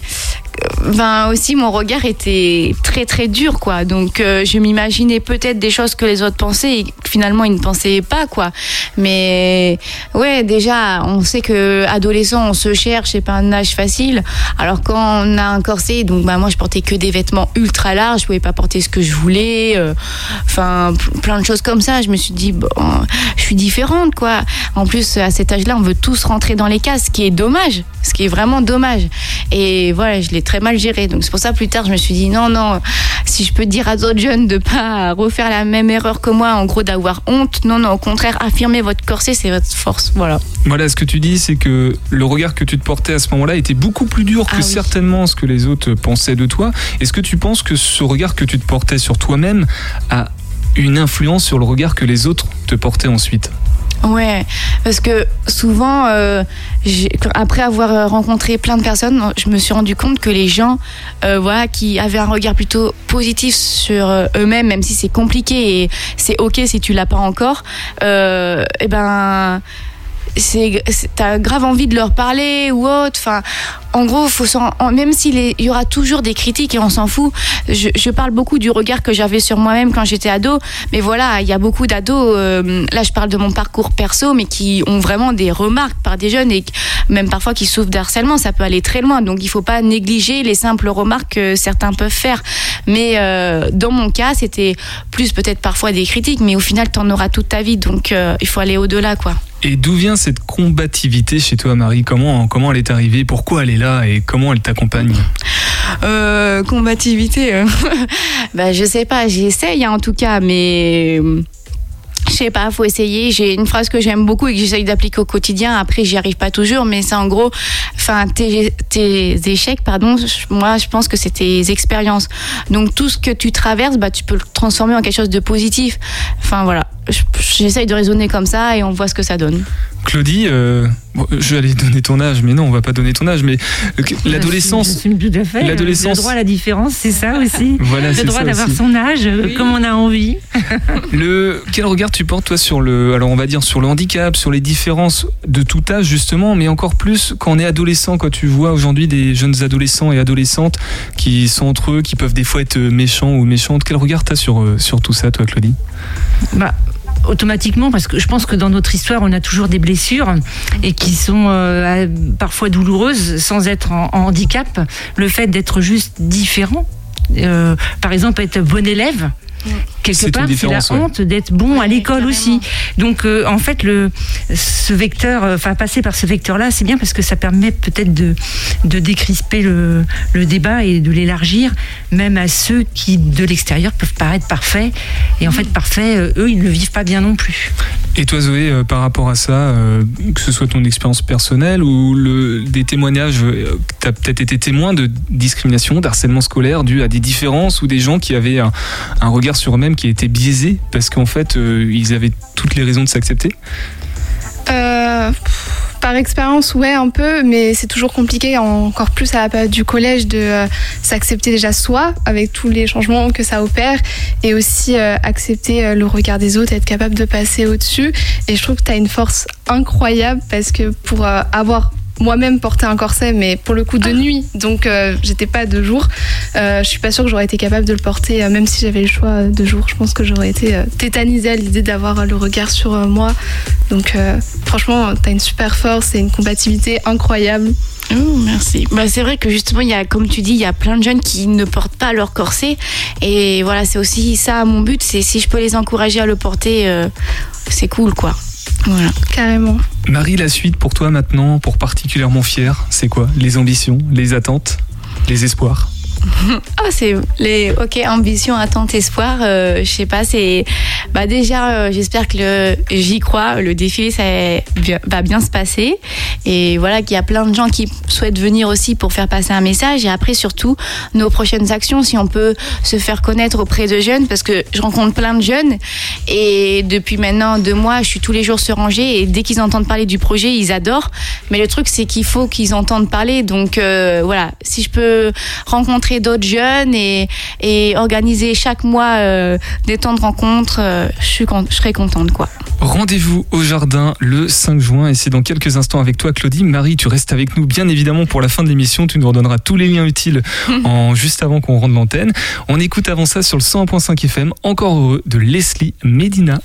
ben aussi mon regard était très très dur, quoi. Donc euh, je m'imaginais peut-être des choses que les autres pensaient et finalement ils ne pensaient pas, quoi. Mais ouais, déjà on sait que adolescent on se cherche, c'est pas un âge facile. Alors quand on a un corset, donc bah moi je portais que des vêtements ultra larges, je pouvais pas porter ce que je voulais, enfin euh, plein de choses comme ça. Je me suis dit bon, je suis différente, quoi. En plus à cet âge-là, on veut tous rentrer dans les cases, ce qui est dommage, ce qui est vraiment dommage. Et voilà, je l'ai très mal géré. Donc c'est pour ça plus tard je me suis dit non non, si je peux dire à d'autres jeunes de pas refaire la même erreur que moi, en gros d'avoir honte, non non, au contraire, affirmer votre corset, c'est votre force. Voilà. Voilà, ce que tu dis, c'est que le regard que tu te portais à ce moment-là était beaucoup plus dur que ah, oui. certainement ce que les autres pensaient de toi. Est-ce que tu penses que ce regard que tu te portais sur toi-même a une influence sur le regard que les autres te portaient ensuite ? Ouais, parce que souvent, euh, j'ai, après avoir rencontré plein de personnes, je me suis rendu compte que les gens, euh, voilà, qui avaient un regard plutôt positif sur eux-mêmes, même si c'est compliqué et c'est ok si tu l'as pas encore, euh, et ben. C'est, c'est, t'as grave envie de leur parler ou autre. Enfin, en gros, faut s'en, même s'il y aura toujours des critiques et on s'en fout. Je, je parle beaucoup du regard que j'avais sur moi-même quand j'étais ado, mais voilà, il y a beaucoup d'ados. Euh, là, je parle de mon parcours perso, mais qui ont vraiment des remarques par des jeunes et même parfois qui souffrent d'harcèlement. Ça peut aller très loin, donc il faut pas négliger les simples remarques que certains peuvent faire. Mais euh, dans mon cas, c'était plus peut-être parfois des critiques, mais au final, t'en auras toute ta vie, donc euh, il faut aller au-delà, quoi. Et d'où vient cette combativité chez toi, Marie ? Comment, comment elle est arrivée ? Pourquoi elle est là ? Et comment elle t'accompagne ? euh, Combativité euh... bah, je sais pas, j'essaye hein, en tout cas, mais... Je sais pas, faut essayer. J'ai une phrase que j'aime beaucoup et que j'essaye d'appliquer au quotidien. Après, j'y arrive pas toujours, mais c'est en gros, enfin, tes, tes échecs, pardon, moi, je pense que c'est tes expériences. Donc, tout ce que tu traverses, bah, tu peux le transformer en quelque chose de positif. Enfin, voilà. J'essaye de raisonner comme ça et on voit ce que ça donne. Claudie, euh, bon, je vais aller donner ton âge, mais non, on va pas donner ton âge, mais euh, l'adolescence. J'assume tout à fait. L'adolescence. Le droit à la différence, c'est ça aussi. Voilà, le c'est droit ça d'avoir aussi. son âge, oui. Comme on a envie. Le, quel regard tu portes, toi, sur le, alors on va dire sur le handicap, sur les différences de tout âge, justement, mais encore plus quand on est adolescent, quand tu vois aujourd'hui des jeunes adolescents et adolescentes qui sont entre eux, qui peuvent des fois être méchants ou méchantes. Quel regard t'as sur, sur tout ça, toi, Claudie? Bah. Automatiquement, parce que je pense que dans notre histoire, on a toujours des blessures et qui sont euh, parfois douloureuses sans être en, en handicap. Le fait d'être juste différent, euh, par exemple, être bon élève, quelque C'est part, une c'est la différence, ouais. honte d'être bon à l'école aussi. Donc, euh, en fait, le, ce vecteur, enfin, passer par ce vecteur-là, c'est bien parce que ça permet peut-être de, de décrisper le, le débat et de l'élargir, même à ceux qui, de l'extérieur, peuvent paraître parfaits. Et en fait, parfaits, euh, eux, ils ne le vivent pas bien non plus. Et toi, Zoé, euh, par rapport à ça, euh, que ce soit ton expérience personnelle ou le, des témoignages, euh, que tu as peut-être été témoin de discrimination, d'harcèlement scolaire dû à des différences ou des gens qui avaient un, un regard sur eux-mêmes qui était biaisé parce qu'en fait, euh, ils avaient toutes les raisons de s'accepter? Euh, par expérience, ouais, un peu, mais c'est toujours compliqué, encore plus à la période du collège, de euh, s'accepter déjà soi, avec tous les changements que ça opère, et aussi euh, accepter euh, le regard des autres, être capable de passer au-dessus. Et je trouve que tu as une force incroyable, parce que pour euh, avoir moi-même porté un corset, mais pour le coup de nuit, donc euh, j'étais pas de jour. Euh, je suis pas sûre que j'aurais été capable de le porter, euh, même si j'avais le choix de jour. Je pense que j'aurais été euh, tétanisée à l'idée d'avoir euh, le regard sur euh, moi. Donc euh, franchement, t'as une super force et une compatibilité incroyable. Oh, merci. Bah, c'est vrai que justement, il y a, comme tu dis, il y a plein de jeunes qui ne portent pas leur corset. Et voilà, c'est aussi ça mon but. C'est si je peux les encourager à le porter, euh, c'est cool, quoi. Voilà. Carrément. Marie, la suite pour toi maintenant, pour particulièrement fière, c'est quoi? Les ambitions, les attentes, les espoirs? Oh, c'est les ok ambition, attente, espoir. Euh, je sais pas, c'est bah déjà euh, j'espère que le j'y crois, le défilé ça va bien se passer et voilà qu'il y a plein de gens qui souhaitent venir aussi pour faire passer un message et après surtout nos prochaines actions si on peut se faire connaître auprès de jeunes parce que je rencontre plein de jeunes et depuis maintenant deux mois je suis tous les jours sur Angers et dès qu'ils entendent parler du projet ils adorent mais le truc c'est qu'il faut qu'ils entendent parler donc euh, voilà si je peux rencontrer d'autres jeunes et, et organiser chaque mois euh, des temps de rencontre, euh, je, suis, je serais contente, quoi. Rendez-vous au jardin le cinq juin et c'est dans quelques instants avec toi, Claudie. Marie, tu restes avec nous bien évidemment pour la fin de l'émission. Tu nous redonneras tous les liens utiles en, juste avant qu'on rende l'antenne. On écoute avant ça sur le cent un point cinq F M, Encore heureux de Leslie Medina.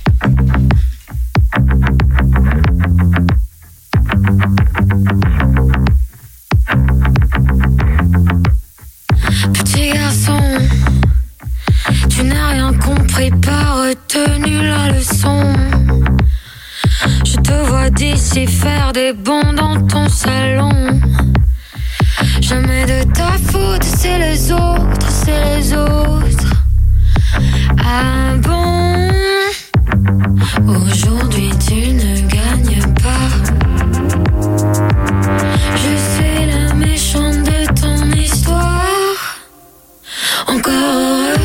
Petit garçon, tu n'as rien compris, pas retenu la leçon. Je te vois d'ici faire des bonds dans ton salon. Jamais de ta faute, c'est les autres, c'est les autres. Ah bon? Aujourd'hui tu ne gagnes pas. Je suis la méchante de ton histoire. Encore heureux,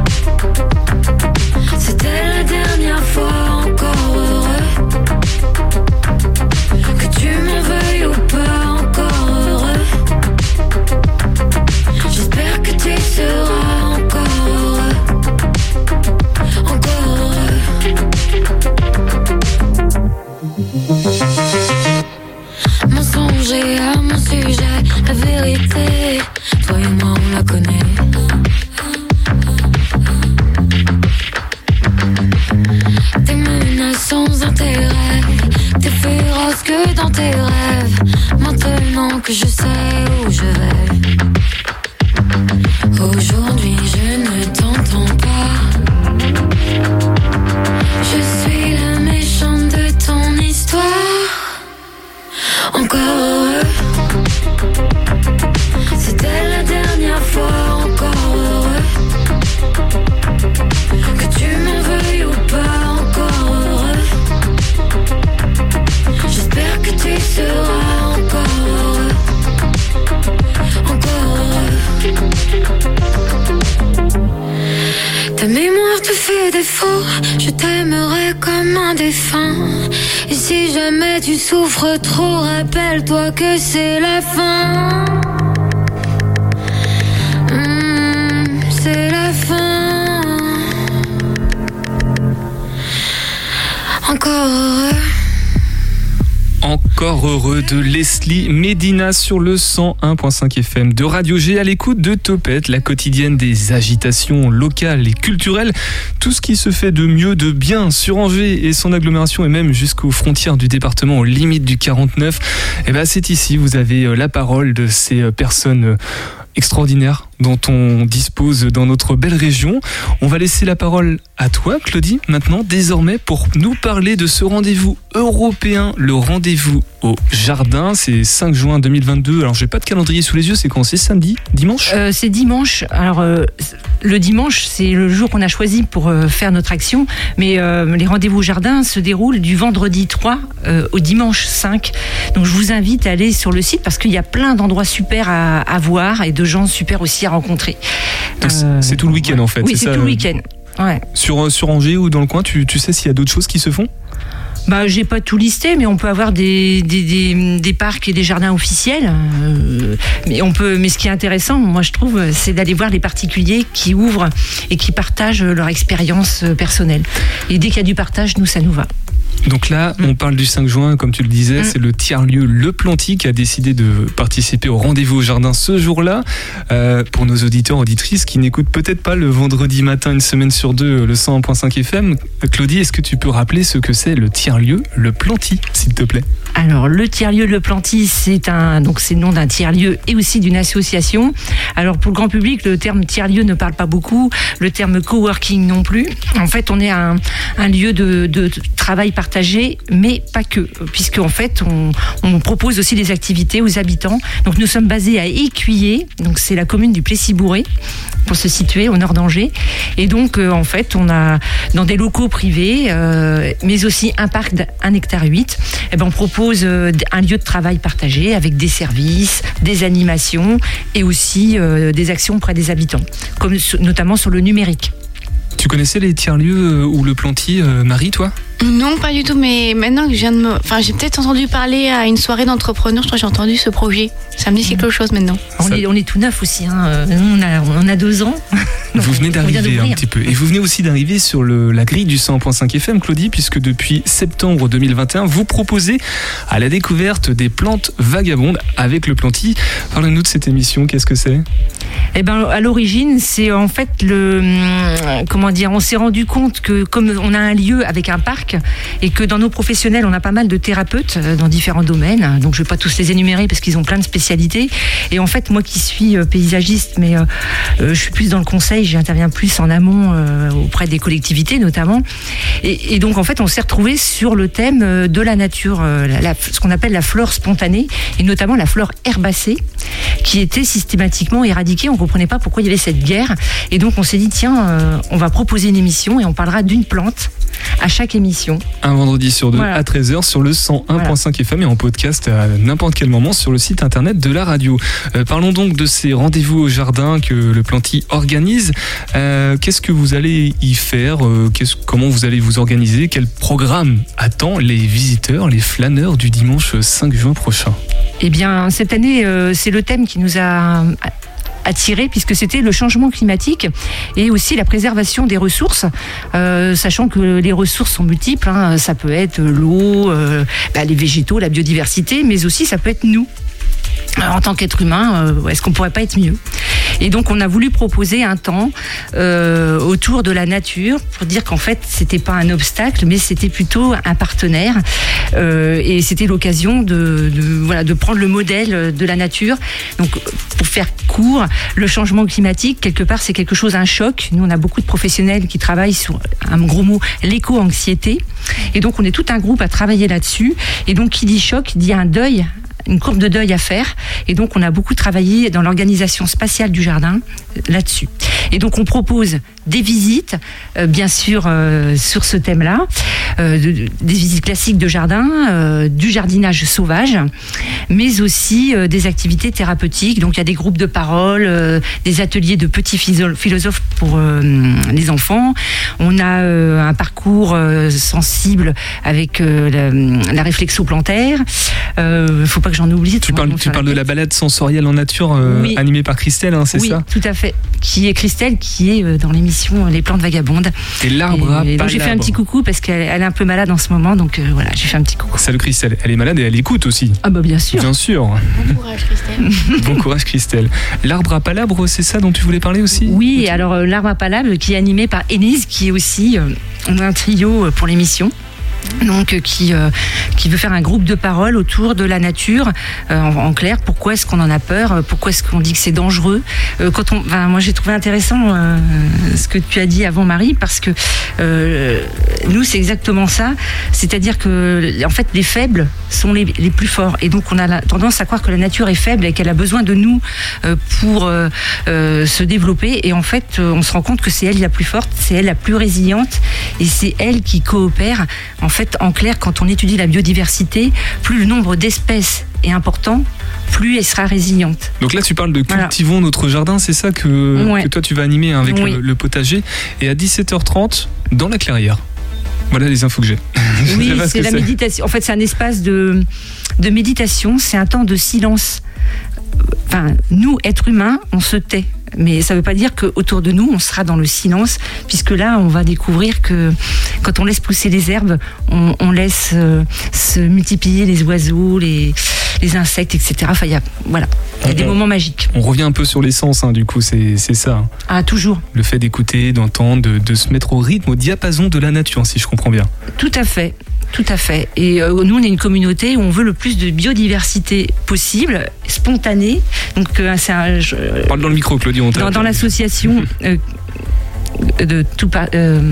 c'était la dernière fois. Encore heureux, que tu m'en veuilles ou pas. Encore heureux, j'espère que tu seras encore heureux. Encore heureux. Mensonger à mon sujet, la vérité, toi et moi on la connaît. T'es menaces sans intérêt, t'es féroce que dans tes rêves. Maintenant que je sais où je vais, aujourd'hui je ne t'entends pas. Je suis la méchante de ton histoire. Encore heureux, c'était la dernière fois. Encore heureux, que tu m'en veuilles ou pas. Encore heureux, seras encore heureux, encore heureux. Ta mémoire te fait défaut, je t'aimerai comme un défunt. Et si jamais tu souffres trop, rappelle-toi que c'est la fin. Mmh, c'est la fin. Encore heureux. Encore heureux de Leslie Medina sur le cent un virgule cinq F M de Radio G, à l'écoute de Topette, la quotidienne des agitations locales et culturelles. Tout ce qui se fait de mieux, de bien sur Angers et son agglomération et même jusqu'aux frontières du département, aux limites du quarante-neuf. Et ben c'est ici, vous avez la parole de ces personnes extraordinaires dont on dispose dans notre belle région. On va laisser la parole à toi, Claudie, maintenant, désormais, pour nous parler de ce rendez-vous européen, le rendez-vous au Jardin. C'est cinq juin deux mille vingt-deux. Alors, j'ai pas de calendrier sous les yeux. C'est quand? C'est samedi? Dimanche? euh, C'est dimanche. Alors, euh, le dimanche, c'est le jour qu'on a choisi pour euh, faire notre action. Mais euh, les rendez-vous au Jardin se déroulent du vendredi trois euh, au dimanche cinq. Donc, je vous invite à aller sur le site parce qu'il y a plein d'endroits super à, à voir et de gens super aussi à rencontrer. Donc, euh, c'est tout le week-end, en fait. Oui, c'est, c'est ça, tout le week-end. Ouais. Sur, sur Angers ou dans le coin, tu, tu sais s'il y a d'autres choses qui se font? Bah, j'ai pas tout listé, mais on peut avoir des, des, des, des parcs et des jardins officiels. Euh, mais, on peut, mais ce qui est intéressant, moi je trouve, c'est d'aller voir les particuliers qui ouvrent et qui partagent leur expérience personnelle. Et dès qu'il y a du partage, nous, ça nous va. Donc là, mmh. on parle du cinq juin, comme tu le disais, mmh. c'est le tiers-lieu Le Planty qui a décidé de participer au rendez-vous au Jardin ce jour-là. Euh, pour nos auditeurs, auditrices qui n'écoutent peut-être pas le vendredi matin, une semaine sur deux, le cent un virgule cinq F M, Claudie, est-ce que tu peux rappeler ce que c'est le tiers-lieu Le Planty, s'il te plaît? Alors, le tiers-lieu Le Planty, c'est un, donc c'est le nom d'un tiers-lieu et aussi d'une association. Alors, pour le grand public, le terme tiers-lieu ne parle pas beaucoup, le terme coworking non plus. En fait, on est un, un lieu de, de travail partagé, mais pas que, puisque en fait, on, on propose aussi des activités aux habitants. Donc, nous sommes basés à Écuyer, donc c'est la commune du Plessis-Bourré, pour se situer au nord d'Angers. Et donc, euh, en fait, on a dans des locaux privés, euh, mais aussi un parc d'un hectare huit, et ben on propose un lieu de travail partagé avec des services, des animations et aussi euh, des actions auprès des habitants, comme notamment sur le numérique. Tu connaissais les tiers-lieux ou le Planty, euh, Marie, toi? Non, pas du tout, mais maintenant que je viens de me... Enfin, j'ai peut-être entendu parler à une soirée d'entrepreneurs, je crois que j'ai entendu ce projet. Ça me dit quelque chose maintenant. On, est, on est tout neuf aussi, hein. on, a, on a deux ans. Vous venez d'arriver un petit peu. Et vous venez aussi d'arriver sur le, la grille du cent un virgule cinq F M, Claudie, puisque depuis septembre deux mille vingt et un, vous proposez à la découverte des plantes vagabondes avec le Planty. Parlez-nous de cette émission, qu'est-ce que c'est? Eh ben, à l'origine, c'est en fait le... Comment dire, on s'est rendu compte que comme on a un lieu avec un parc, et que dans nos professionnels, on a pas mal de thérapeutes dans différents domaines. Donc, je ne vais pas tous les énumérer parce qu'ils ont plein de spécialités. Et en fait, moi qui suis paysagiste, mais euh, je suis plus dans le conseil, j'interviens plus en amont euh, auprès des collectivités notamment. Et, et donc, en fait, on s'est retrouvés sur le thème de la nature, euh, la, ce qu'on appelle la flore spontanée, et notamment la flore herbacée, qui était systématiquement éradiquée. On ne comprenait pas pourquoi il y avait cette guerre. Et donc, on s'est dit, tiens, euh, on va proposer une émission et on parlera d'une plante à chaque émission. Un vendredi sur deux, voilà, à treize heures sur le cent un virgule cinq voilà. F M et en podcast à n'importe quel moment sur le site internet de la radio. Euh, parlons donc de ces rendez-vous au Jardin que le Planty organise. Euh, qu'est-ce que vous allez y faire? euh, Comment vous allez vous organiser? Quel programme attend les visiteurs, les flâneurs du dimanche cinq juin prochain? Eh bien, cette année, euh, c'est le thème qui nous a attiré, puisque c'était le changement climatique et aussi la préservation des ressources, euh, sachant que les ressources sont multiples, hein. Ça peut être l'eau, euh, bah, les végétaux, la biodiversité, mais aussi ça peut être nous. Alors, en tant qu'être humain, euh, est-ce qu'on pourrait pas être mieux? Et donc, on a voulu proposer un temps euh, autour de la nature pour dire qu'en fait, c'était pas un obstacle, mais c'était plutôt un partenaire. Euh, et c'était l'occasion de, de, voilà, de prendre le modèle de la nature. Donc, pour faire court, le changement climatique, quelque part, c'est quelque chose, un choc. Nous, on a beaucoup de professionnels qui travaillent sur, un gros mot, l'éco-anxiété. Et donc, on est tout un groupe à travailler là-dessus. Et donc, qui dit choc, dit un deuil, une courbe de deuil à faire. Et donc, on a beaucoup travaillé dans l'organisation spatiale du jardin là-dessus. Et donc on propose des visites, euh, bien sûr euh, sur ce thème-là, euh, de, de, des visites classiques de jardin, euh, du jardinage sauvage, mais aussi euh, des activités thérapeutiques. Donc il y a des groupes de parole, euh, des ateliers de petits philosophes pour euh, les enfants. On a euh, un parcours euh, sensible avec euh, la, la réflexo-plantaire. Il euh, ne faut pas que j'en oublie. Tu parles, tu parles de la balade sensorielle en nature euh, oui. animée par Christelle, hein, c'est oui, ça ? Oui, tout à fait. Qui est Christelle, qui est euh, dans l'émission Les Plantes Vagabondes. Et l'arbre à et, et donc j'ai fait un petit coucou parce qu'elle elle est un peu malade en ce moment, donc euh, voilà, j'ai fait un petit coucou. Salut Christelle, elle est malade et elle écoute aussi. Ah bah bien sûr. Bien sûr. Bon courage Christelle. Bon courage Christelle. L'arbre à palabre, c'est ça dont tu voulais parler aussi ? Oui, okay. alors euh, l'arbre à palabre qui est animé par Élise, qui est aussi euh, on a un trio pour l'émission. Donc euh, qui euh, qui veut faire un groupe de parole autour de la nature euh, en, en clair. Pourquoi est-ce qu'on en a peur ? Pourquoi est-ce qu'on dit que c'est dangereux ? euh, Quand on, enfin, moi j'ai trouvé intéressant euh, ce que tu as dit avant Marie, parce que euh, nous c'est exactement ça. C'est-à-dire que en fait les faibles sont les, les plus forts, et donc on a la tendance à croire que la nature est faible et qu'elle a besoin de nous euh, pour euh, euh, se développer. Et en fait euh, on se rend compte que c'est elle la plus forte, c'est elle la plus résiliente, et c'est elle qui coopère. En fait, en clair, quand on étudie la biodiversité, plus le nombre d'espèces est important, plus elle sera résiliente. Donc là, tu parles de cultivons voilà. notre jardin, c'est ça que, ouais. que toi tu vas animer avec oui. le, le potager. Et à dix-sept heures trente, dans la clairière. Voilà les infos que j'ai. Oui, c'est la c'est. méditation. En fait, c'est un espace de, de méditation, c'est un temps de silence. Enfin, nous, êtres humains, on se tait. Mais ça ne veut pas dire qu'autour de nous, on sera dans le silence, puisque là, on va découvrir que quand on laisse pousser les herbes, on, on laisse euh, se multiplier les oiseaux, les, les insectes, et cetera. Enfin, il y a, voilà, il y a des moments magiques. On revient un peu sur l'essence, hein, du coup, c'est, c'est ça. Ah, toujours. Le fait d'écouter, d'entendre, de, de se mettre au rythme, au diapason de la nature, si je comprends bien. Tout à fait. Tout à fait. Et euh, nous, on est une communauté où on veut le plus de biodiversité possible, spontanée. Donc, euh, c'est un. Je, Parle dans le micro, Claudie. On dans, dans l'association euh, de tout pas. Euh,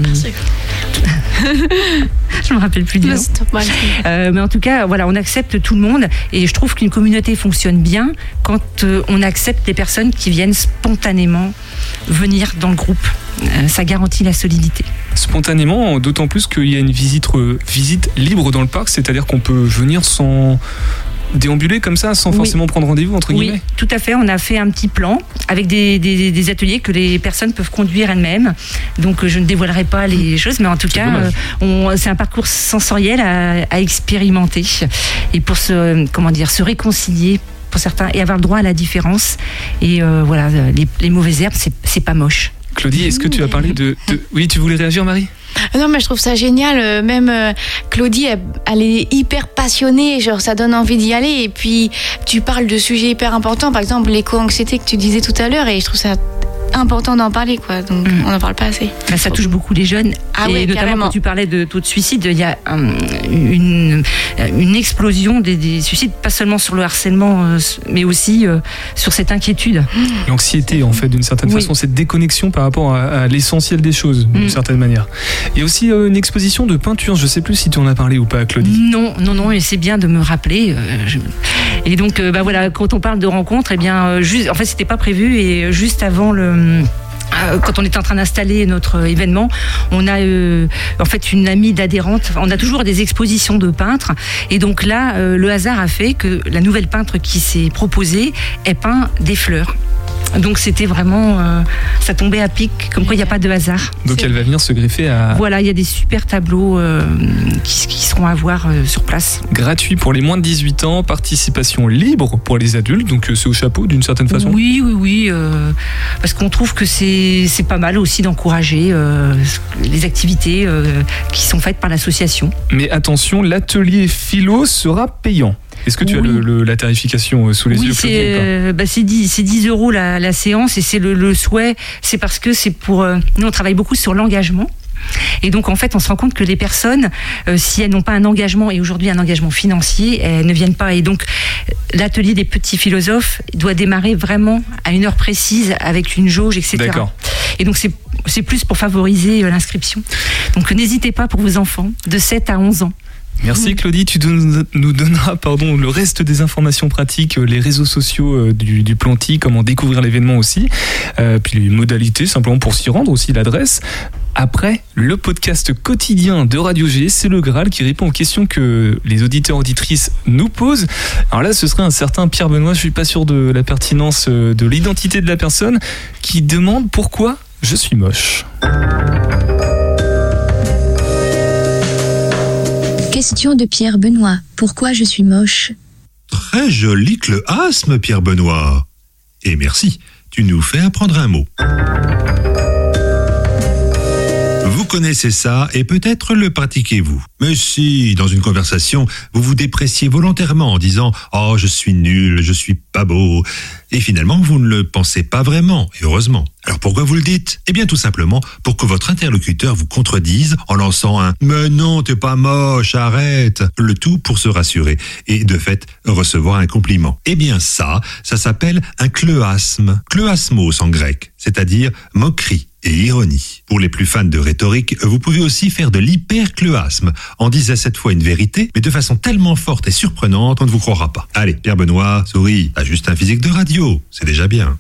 je me rappelle plus du nom. Euh, mais en tout cas, voilà, on accepte tout le monde, et je trouve qu'une communauté fonctionne bien quand euh, on accepte les personnes qui viennent spontanément venir dans le groupe. Euh, ça garantit la solidité. Spontanément, d'autant plus qu'il y a une visite, euh, visite libre dans le parc, c'est-à-dire qu'on peut venir sans déambuler comme ça, sans oui. forcément prendre rendez-vous, entre guillemets. Oui, tout à fait. On a fait un petit plan avec des, des, des ateliers que les personnes peuvent conduire elles-mêmes. Donc, je ne dévoilerai pas les choses, mais en tout c'est cas, euh, on, c'est un parcours sensoriel à, à expérimenter, et pour se, comment dire, se réconcilier pour certains et avoir le droit à la différence. Et euh, voilà, les, les mauvaises herbes, c'est, c'est pas moche. Claudie, est-ce que tu as parlé de, de... Oui, tu voulais réagir, Marie ? Non, mais je trouve ça génial. Même euh, Claudie, elle, elle est hyper passionnée. Genre, ça donne envie d'y aller. Et puis, tu parles de sujets hyper importants. Par exemple, l'éco-anxiété que tu disais tout à l'heure. Et je trouve ça important d'en parler, quoi. Donc, mmh. on n'en parle pas assez. Bah, ça touche beaucoup les jeunes. Ah et oui, notamment carrément. Quand tu parlais de taux de suicide, il y a um, une, une explosion des, des suicides, pas seulement sur le harcèlement, euh, mais aussi euh, sur cette inquiétude. L'anxiété, en fait, d'une certaine oui. façon, cette déconnexion par rapport à, à l'essentiel des choses, d'une mmh. certaine manière. Il y a aussi euh, une exposition de peinture. Je ne sais plus si tu en as parlé ou pas, Claudie. Non, non, non, et c'est bien de me rappeler. Euh, je... Et donc, euh, bah voilà, quand on parle de rencontres, eh bien, euh, juste, en fait, c'était pas prévu, et juste avant le. Quand on était en train d'installer notre événement, on a euh, en fait une amie d'adhérente. On a toujours des expositions de peintres, et donc là, euh, le hasard a fait que la nouvelle peintre qui s'est proposée ait peint des fleurs. Donc c'était vraiment, euh, ça tombait à pic, comme quoi il n'y a pas de hasard. Donc elle va venir se greffer à... Voilà, il y a des super tableaux euh, qui, qui seront à voir euh, sur place. Gratuit pour les moins de dix-huit ans, participation libre pour les adultes, donc euh, c'est au chapeau d'une certaine façon. Oui, oui, oui, euh, parce qu'on trouve que c'est, c'est pas mal aussi d'encourager euh, les activités euh, qui sont faites par l'association. Mais attention, l'atelier philo sera payant. Est-ce que tu oui. as le, le, la tarification sous les oui, yeux, Claudie, c'est, euh, bah c'est, dix, c'est dix euros la, la séance, et c'est le, le souhait, c'est parce que c'est pour... Euh, nous, on travaille beaucoup sur l'engagement. Et donc, en fait, on se rend compte que les personnes, euh, si elles n'ont pas un engagement, et aujourd'hui un engagement financier, elles ne viennent pas. Et donc, l'atelier des petits philosophes doit démarrer vraiment à une heure précise, avec une jauge, et cetera. D'accord. Et donc, c'est, c'est plus pour favoriser euh, l'inscription. Donc, n'hésitez pas pour vos enfants de sept à onze ans. Merci Claudie, tu don- nous donneras pardon, le reste des informations pratiques, les réseaux sociaux euh, du, du Planty, comment découvrir l'événement aussi, euh, puis les modalités simplement pour s'y rendre, aussi l'adresse. Après, le podcast quotidien de Radio G, c'est le Graal qui répond aux questions que les auditeurs auditrices nous posent. Alors là, ce serait un certain Pierre Benoît, je suis pas sûr de la pertinence de l'identité de la personne, qui demande pourquoi je suis moche. Question de Pierre Benoît. Pourquoi je suis moche ? Très joli cléasme, Pierre Benoît. Et merci, tu nous fais apprendre un mot. Vous connaissez ça et peut-être le pratiquez-vous. Mais si, dans une conversation, vous vous dépréciez volontairement en disant « Oh, je suis nul, je suis pas beau ». Et finalement, vous ne le pensez pas vraiment, et heureusement. Alors pourquoi vous le dites ? Eh bien tout simplement pour que votre interlocuteur vous contredise en lançant un « Mais non, t'es pas moche, arrête !» Le tout pour se rassurer et de fait recevoir un compliment. Eh bien ça, ça s'appelle un cléasme. Cléasmos en grec, c'est-à-dire moquerie et ironie. Pour les plus fans de rhétorique, vous pouvez aussi faire de l'hypercléasme, en disant cette fois une vérité, mais de façon tellement forte et surprenante qu'on ne vous croira pas. Allez, Pierre Benoît, souris, t'as juste un physique de radio, c'est déjà bien.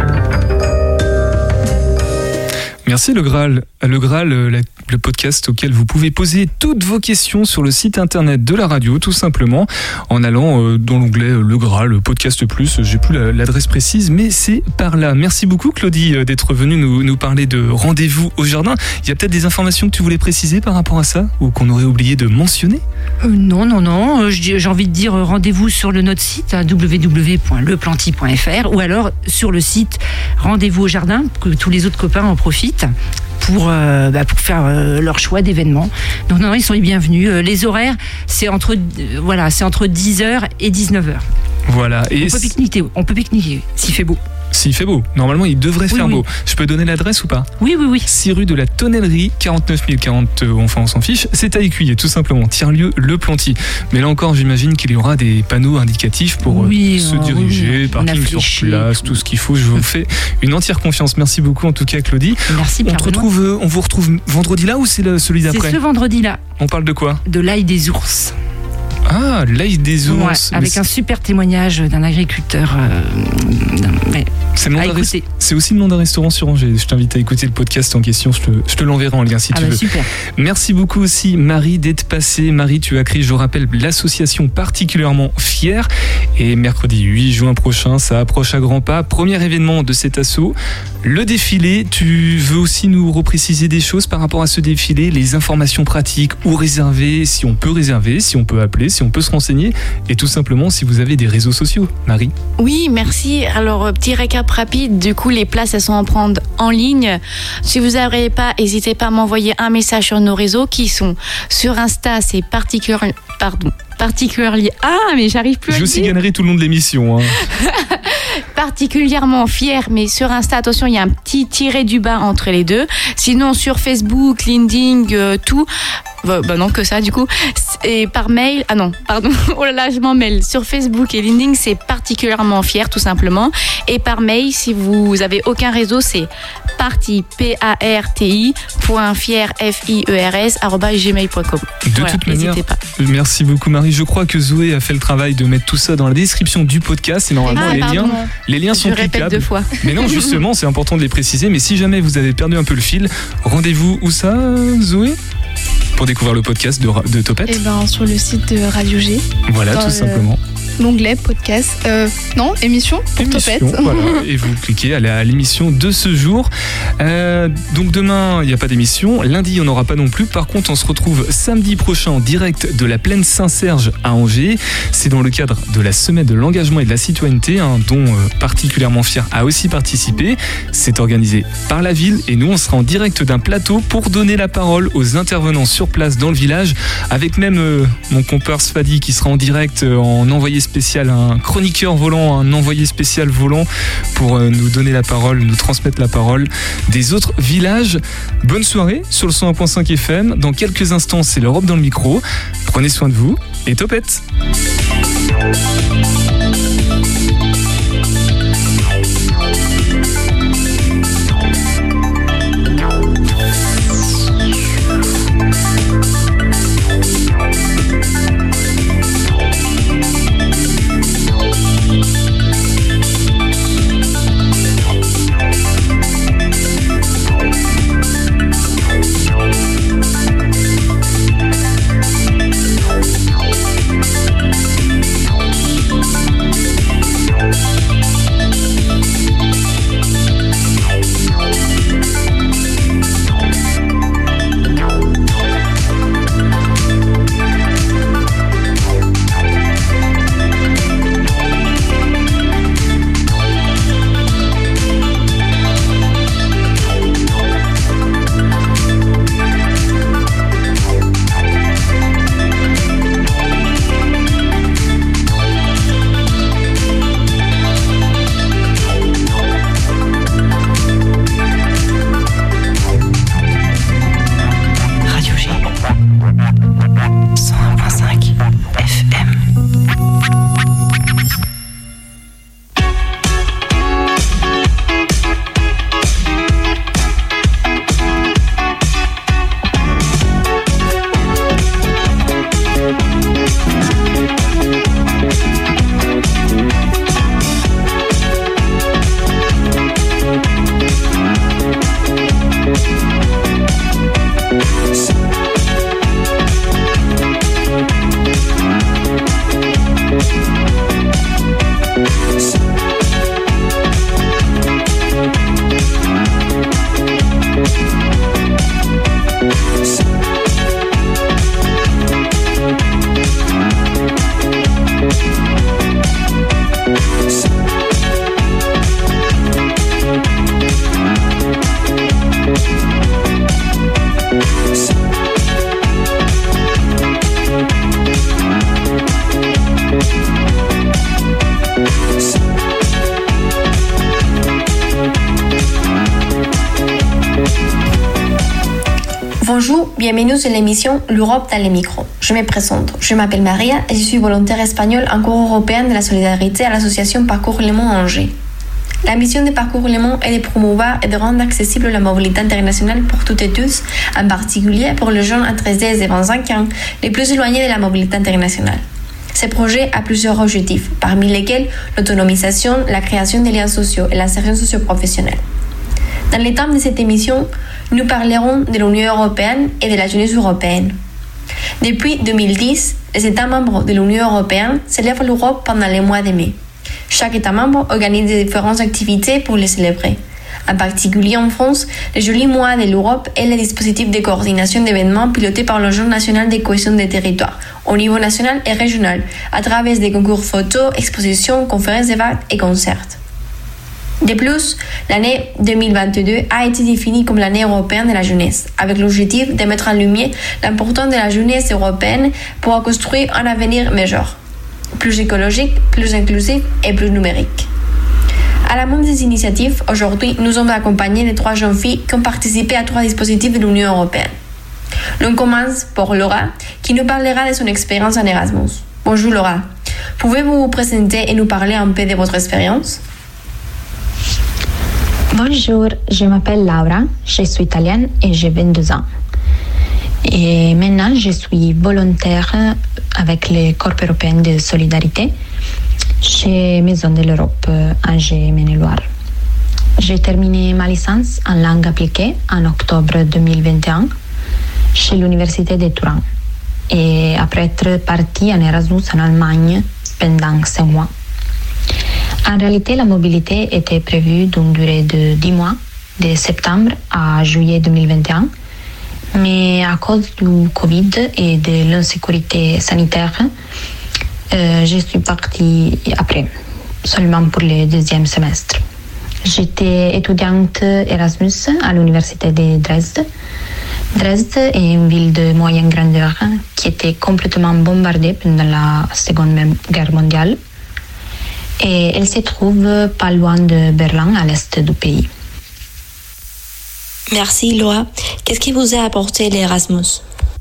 Merci le Graal. Le Graal, la, le podcast auquel vous pouvez poser toutes vos questions sur le site internet de la radio, tout simplement, en allant euh, dans l'onglet euh, Le Graal, le podcast plus, j'ai plus la, l'adresse précise, mais c'est par là. Merci beaucoup Claudie euh, d'être venue nous, nous parler de rendez-vous au jardin. Il y a peut-être des informations que tu voulais préciser par rapport à ça, ou qu'on aurait oublié de mentionner ? Euh, non, non, non. Euh, j'ai envie de dire euh, rendez-vous sur le notre site à w w w point le planty point f r ou alors sur le site Rendez-vous au jardin, que tous les autres copains en profitent pour, euh, bah, pour faire euh, leur choix d'événements. Donc non, ils sont les bienvenus. Euh, les horaires, c'est entre, euh, voilà, c'est entre dix heures et dix-neuf heures. Voilà. Et on peut pique-niquer, on peut pique-niquer s'il fait beau. S'il fait beau. Normalement, il devrait oui, faire oui. beau. Je peux donner l'adresse ou pas ? Oui, oui, oui. six rue de la Tonnellerie, quarante-neuf mille quarante, euh, enfin on s'en fiche. C'est à Écuyer, tout simplement. Tiers-lieu, le Planty. Mais là encore, j'imagine qu'il y aura des panneaux indicatifs pour oui, euh, se oh, diriger, oui, parking sur place, tout ce qu'il faut. Je vous fais une entière confiance. Merci beaucoup en tout cas, Claudie. Merci, on, te retrouve, euh, on vous retrouve vendredi là ou c'est le, celui d'après ? C'est ce vendredi-là. On parle de quoi ? De l'ail des ours. Ah, l'ail des ours. Ouais, avec un super témoignage d'un agriculteur. Euh, ouais. C'est, le nom d'un rest... c'est aussi le nom d'un restaurant sur Angers. Je t'invite à écouter le podcast en question. Je te, je te l'enverrai en lien si ah tu bah veux. Super. Merci beaucoup aussi Marie d'être passée. Marie, tu as créé, je rappelle, l'association Particulièrement Fière. Et mercredi huit juin prochain, ça approche à grands pas. Premier événement de cet asso, le défilé. Tu veux aussi nous repréciser des choses par rapport à ce défilé, les informations pratiques, où réserver, si on peut réserver, si on peut appeler, si on peut se renseigner, et tout simplement si vous avez des réseaux sociaux. Marie ? Oui, merci. Alors, petit récap rapide. Du coup, les places, elles sont à prendre en ligne. Si vous n'arrivez pas, n'hésitez pas à m'envoyer un message sur nos réseaux qui sont sur Insta, c'est particulièrement... Pardon. Particulièrement... Ah, mais j'arrive plus à Je le aussi dire. gagnerai tout le long de l'émission. Hein. Particulièrement fière, mais sur Insta, attention, il y a un petit tiré du bas entre les deux. Sinon, sur Facebook, LinkedIn, euh, tout... Bah, bah non, que ça, du coup. Et par mail... Ah non, pardon. Oh là là, je m'en mêle. Sur Facebook et LinkedIn, c'est particulièrement fier, tout simplement. Et par mail, si vous avez aucun réseau, c'est parti, P A R T I, point fier, F I E R S, arobase gmail point com. De voilà, toute manière, pas. Merci beaucoup Marie. Je crois que Zoé a fait le travail de mettre tout ça dans la description du podcast et normalement ah, les, liens, les liens je sont répète cliquables. Deux fois. Mais non, justement, c'est important de les préciser. Mais si jamais vous avez perdu un peu le fil, rendez-vous où ça, Zoé ? Pour découvrir le podcast de, de Topette ? Eh ben, sur le site de Radio G. Voilà, tout le, simplement. L'onglet podcast. Euh, non, émission pour émission, Topette. Voilà, et vous cliquez à, la, à l'émission de ce jour. Euh, donc demain, il n'y a pas d'émission. Lundi, il n'y en aura pas non plus. Par contre, on se retrouve samedi prochain en direct de la Plaine Saint-Serge à Angers. C'est dans le cadre de la semaine de l'engagement et de la citoyenneté, hein, dont euh, particulièrement fier a aussi participé. C'est organisé par la ville et nous, on sera en direct d'un plateau pour donner la parole aux intervenants sur place dans le village, avec même euh, mon compère Sfadi qui sera en direct euh, en envoyé spécial, un chroniqueur volant, un envoyé spécial volant pour euh, nous donner la parole, nous transmettre la parole des autres villages. Bonne soirée sur le cent un virgule cinq F M. Dans quelques instants, c'est l'Europe dans le micro. Prenez soin de vous et Topette. Bonjour, bienvenue sur l'émission L'Europe dans les micros. Je me présente, je m'appelle Maria et je suis volontaire espagnole en cours européen de la solidarité à l'association Parcours Le Mans Angers. La mission de Parcours Le Mans est de promouvoir et de rendre accessible la mobilité internationale pour toutes et tous, en particulier pour les jeunes entre seize et vingt-cinq ans, les plus éloignés de la mobilité internationale. Ce projet a plusieurs objectifs, parmi lesquels l'autonomisation, la création des liens sociaux et l'insertion socio-professionnelle. Dans les thèmes de cette émission, nous parlerons de l'Union européenne et de la jeunesse européenne. Depuis deux mille dix, les États membres de l'Union européenne célèbrent l'Europe pendant les mois de mai. Chaque État membre organise différentes activités pour les célébrer. En particulier en France, le joli mois de l'Europe est le dispositif de coordination d'événements piloté par l'Agence nationale de cohésion des territoires, au niveau national et régional, à travers des concours photos, expositions, conférences, débats et concerts. De plus, l'année deux mille vingt-deux a été définie comme l'année européenne de la jeunesse, avec l'objectif de mettre en lumière l'importance de la jeunesse européenne pour construire un avenir meilleur, plus écologique, plus inclusif et plus numérique. À la montre des initiatives, aujourd'hui, nous sommes accompagnés de trois jeunes filles qui ont participé à trois dispositifs de l'Union européenne. L'on commence par Laura, qui nous parlera de son expérience en Erasmus. Bonjour Laura, pouvez-vous vous présenter et nous parler un peu de votre expérience ? Bonjour, je m'appelle Laura, je suis italienne et j'ai vingt-deux ans. Et maintenant, je suis volontaire avec le Corps européen de solidarité chez Maison de l'Europe, Angers, Maine-et-Loire. J'ai terminé ma licence en langue appliquée en octobre deux mille vingt et un chez l'Université de Turin et après être partie en Erasmus en Allemagne pendant cinq mois. En réalité, la mobilité était prévue d'une durée de dix mois, de septembre à juillet deux mille vingt et un, mais à cause du Covid et de l'insécurité sanitaire, euh, je suis partie après, seulement pour le deuxième semestre. J'étais étudiante Erasmus à l'université de Dresde. Dresde est une ville de moyenne grandeur qui était complètement bombardée pendant la Seconde Guerre mondiale. Et elle se trouve pas loin de Berlin, à l'est du pays. Merci Laura. Qu'est-ce qui vous a apporté l'Erasmus ?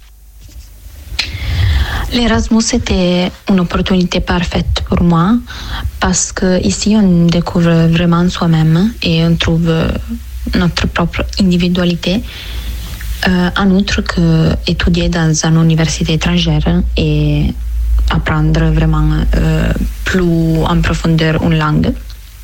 L'Erasmus était une opportunité parfaite pour moi parce qu'ici on découvre vraiment soi-même et on trouve notre propre individualité. Euh, en outre qu'étudier dans une université étrangère et apprendre vraiment euh, plus en profondeur une langue.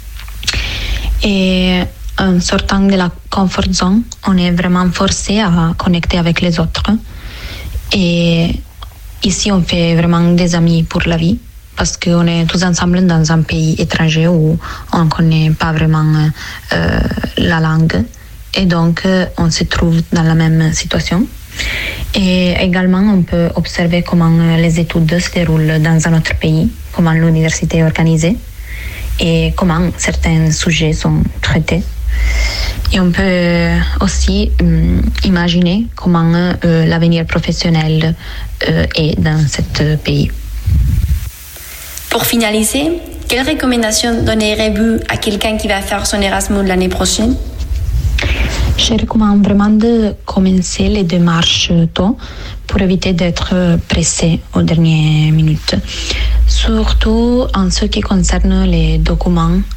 Et en sortant de la comfort zone, on est vraiment forcé à connecter avec les autres. Et ici, on fait vraiment des amis pour la vie parce qu'on est tous ensemble dans un pays étranger où on ne connaît pas vraiment euh, la langue. Et donc, on se trouve dans la même situation. Et également, on peut observer comment les études se déroulent dans un autre pays, comment l'université est organisée et comment certains sujets sont traités. Et on peut aussi euh, imaginer comment euh, l'avenir professionnel euh, est dans ce pays. Pour finaliser, quelles recommandations donnerez-vous à quelqu'un qui va faire son Erasmus l'année prochaine ? Je recommande vraiment de commencer les démarches tôt pour éviter d'être pressé aux dernières minutes. Surtout en ce qui concerne les documents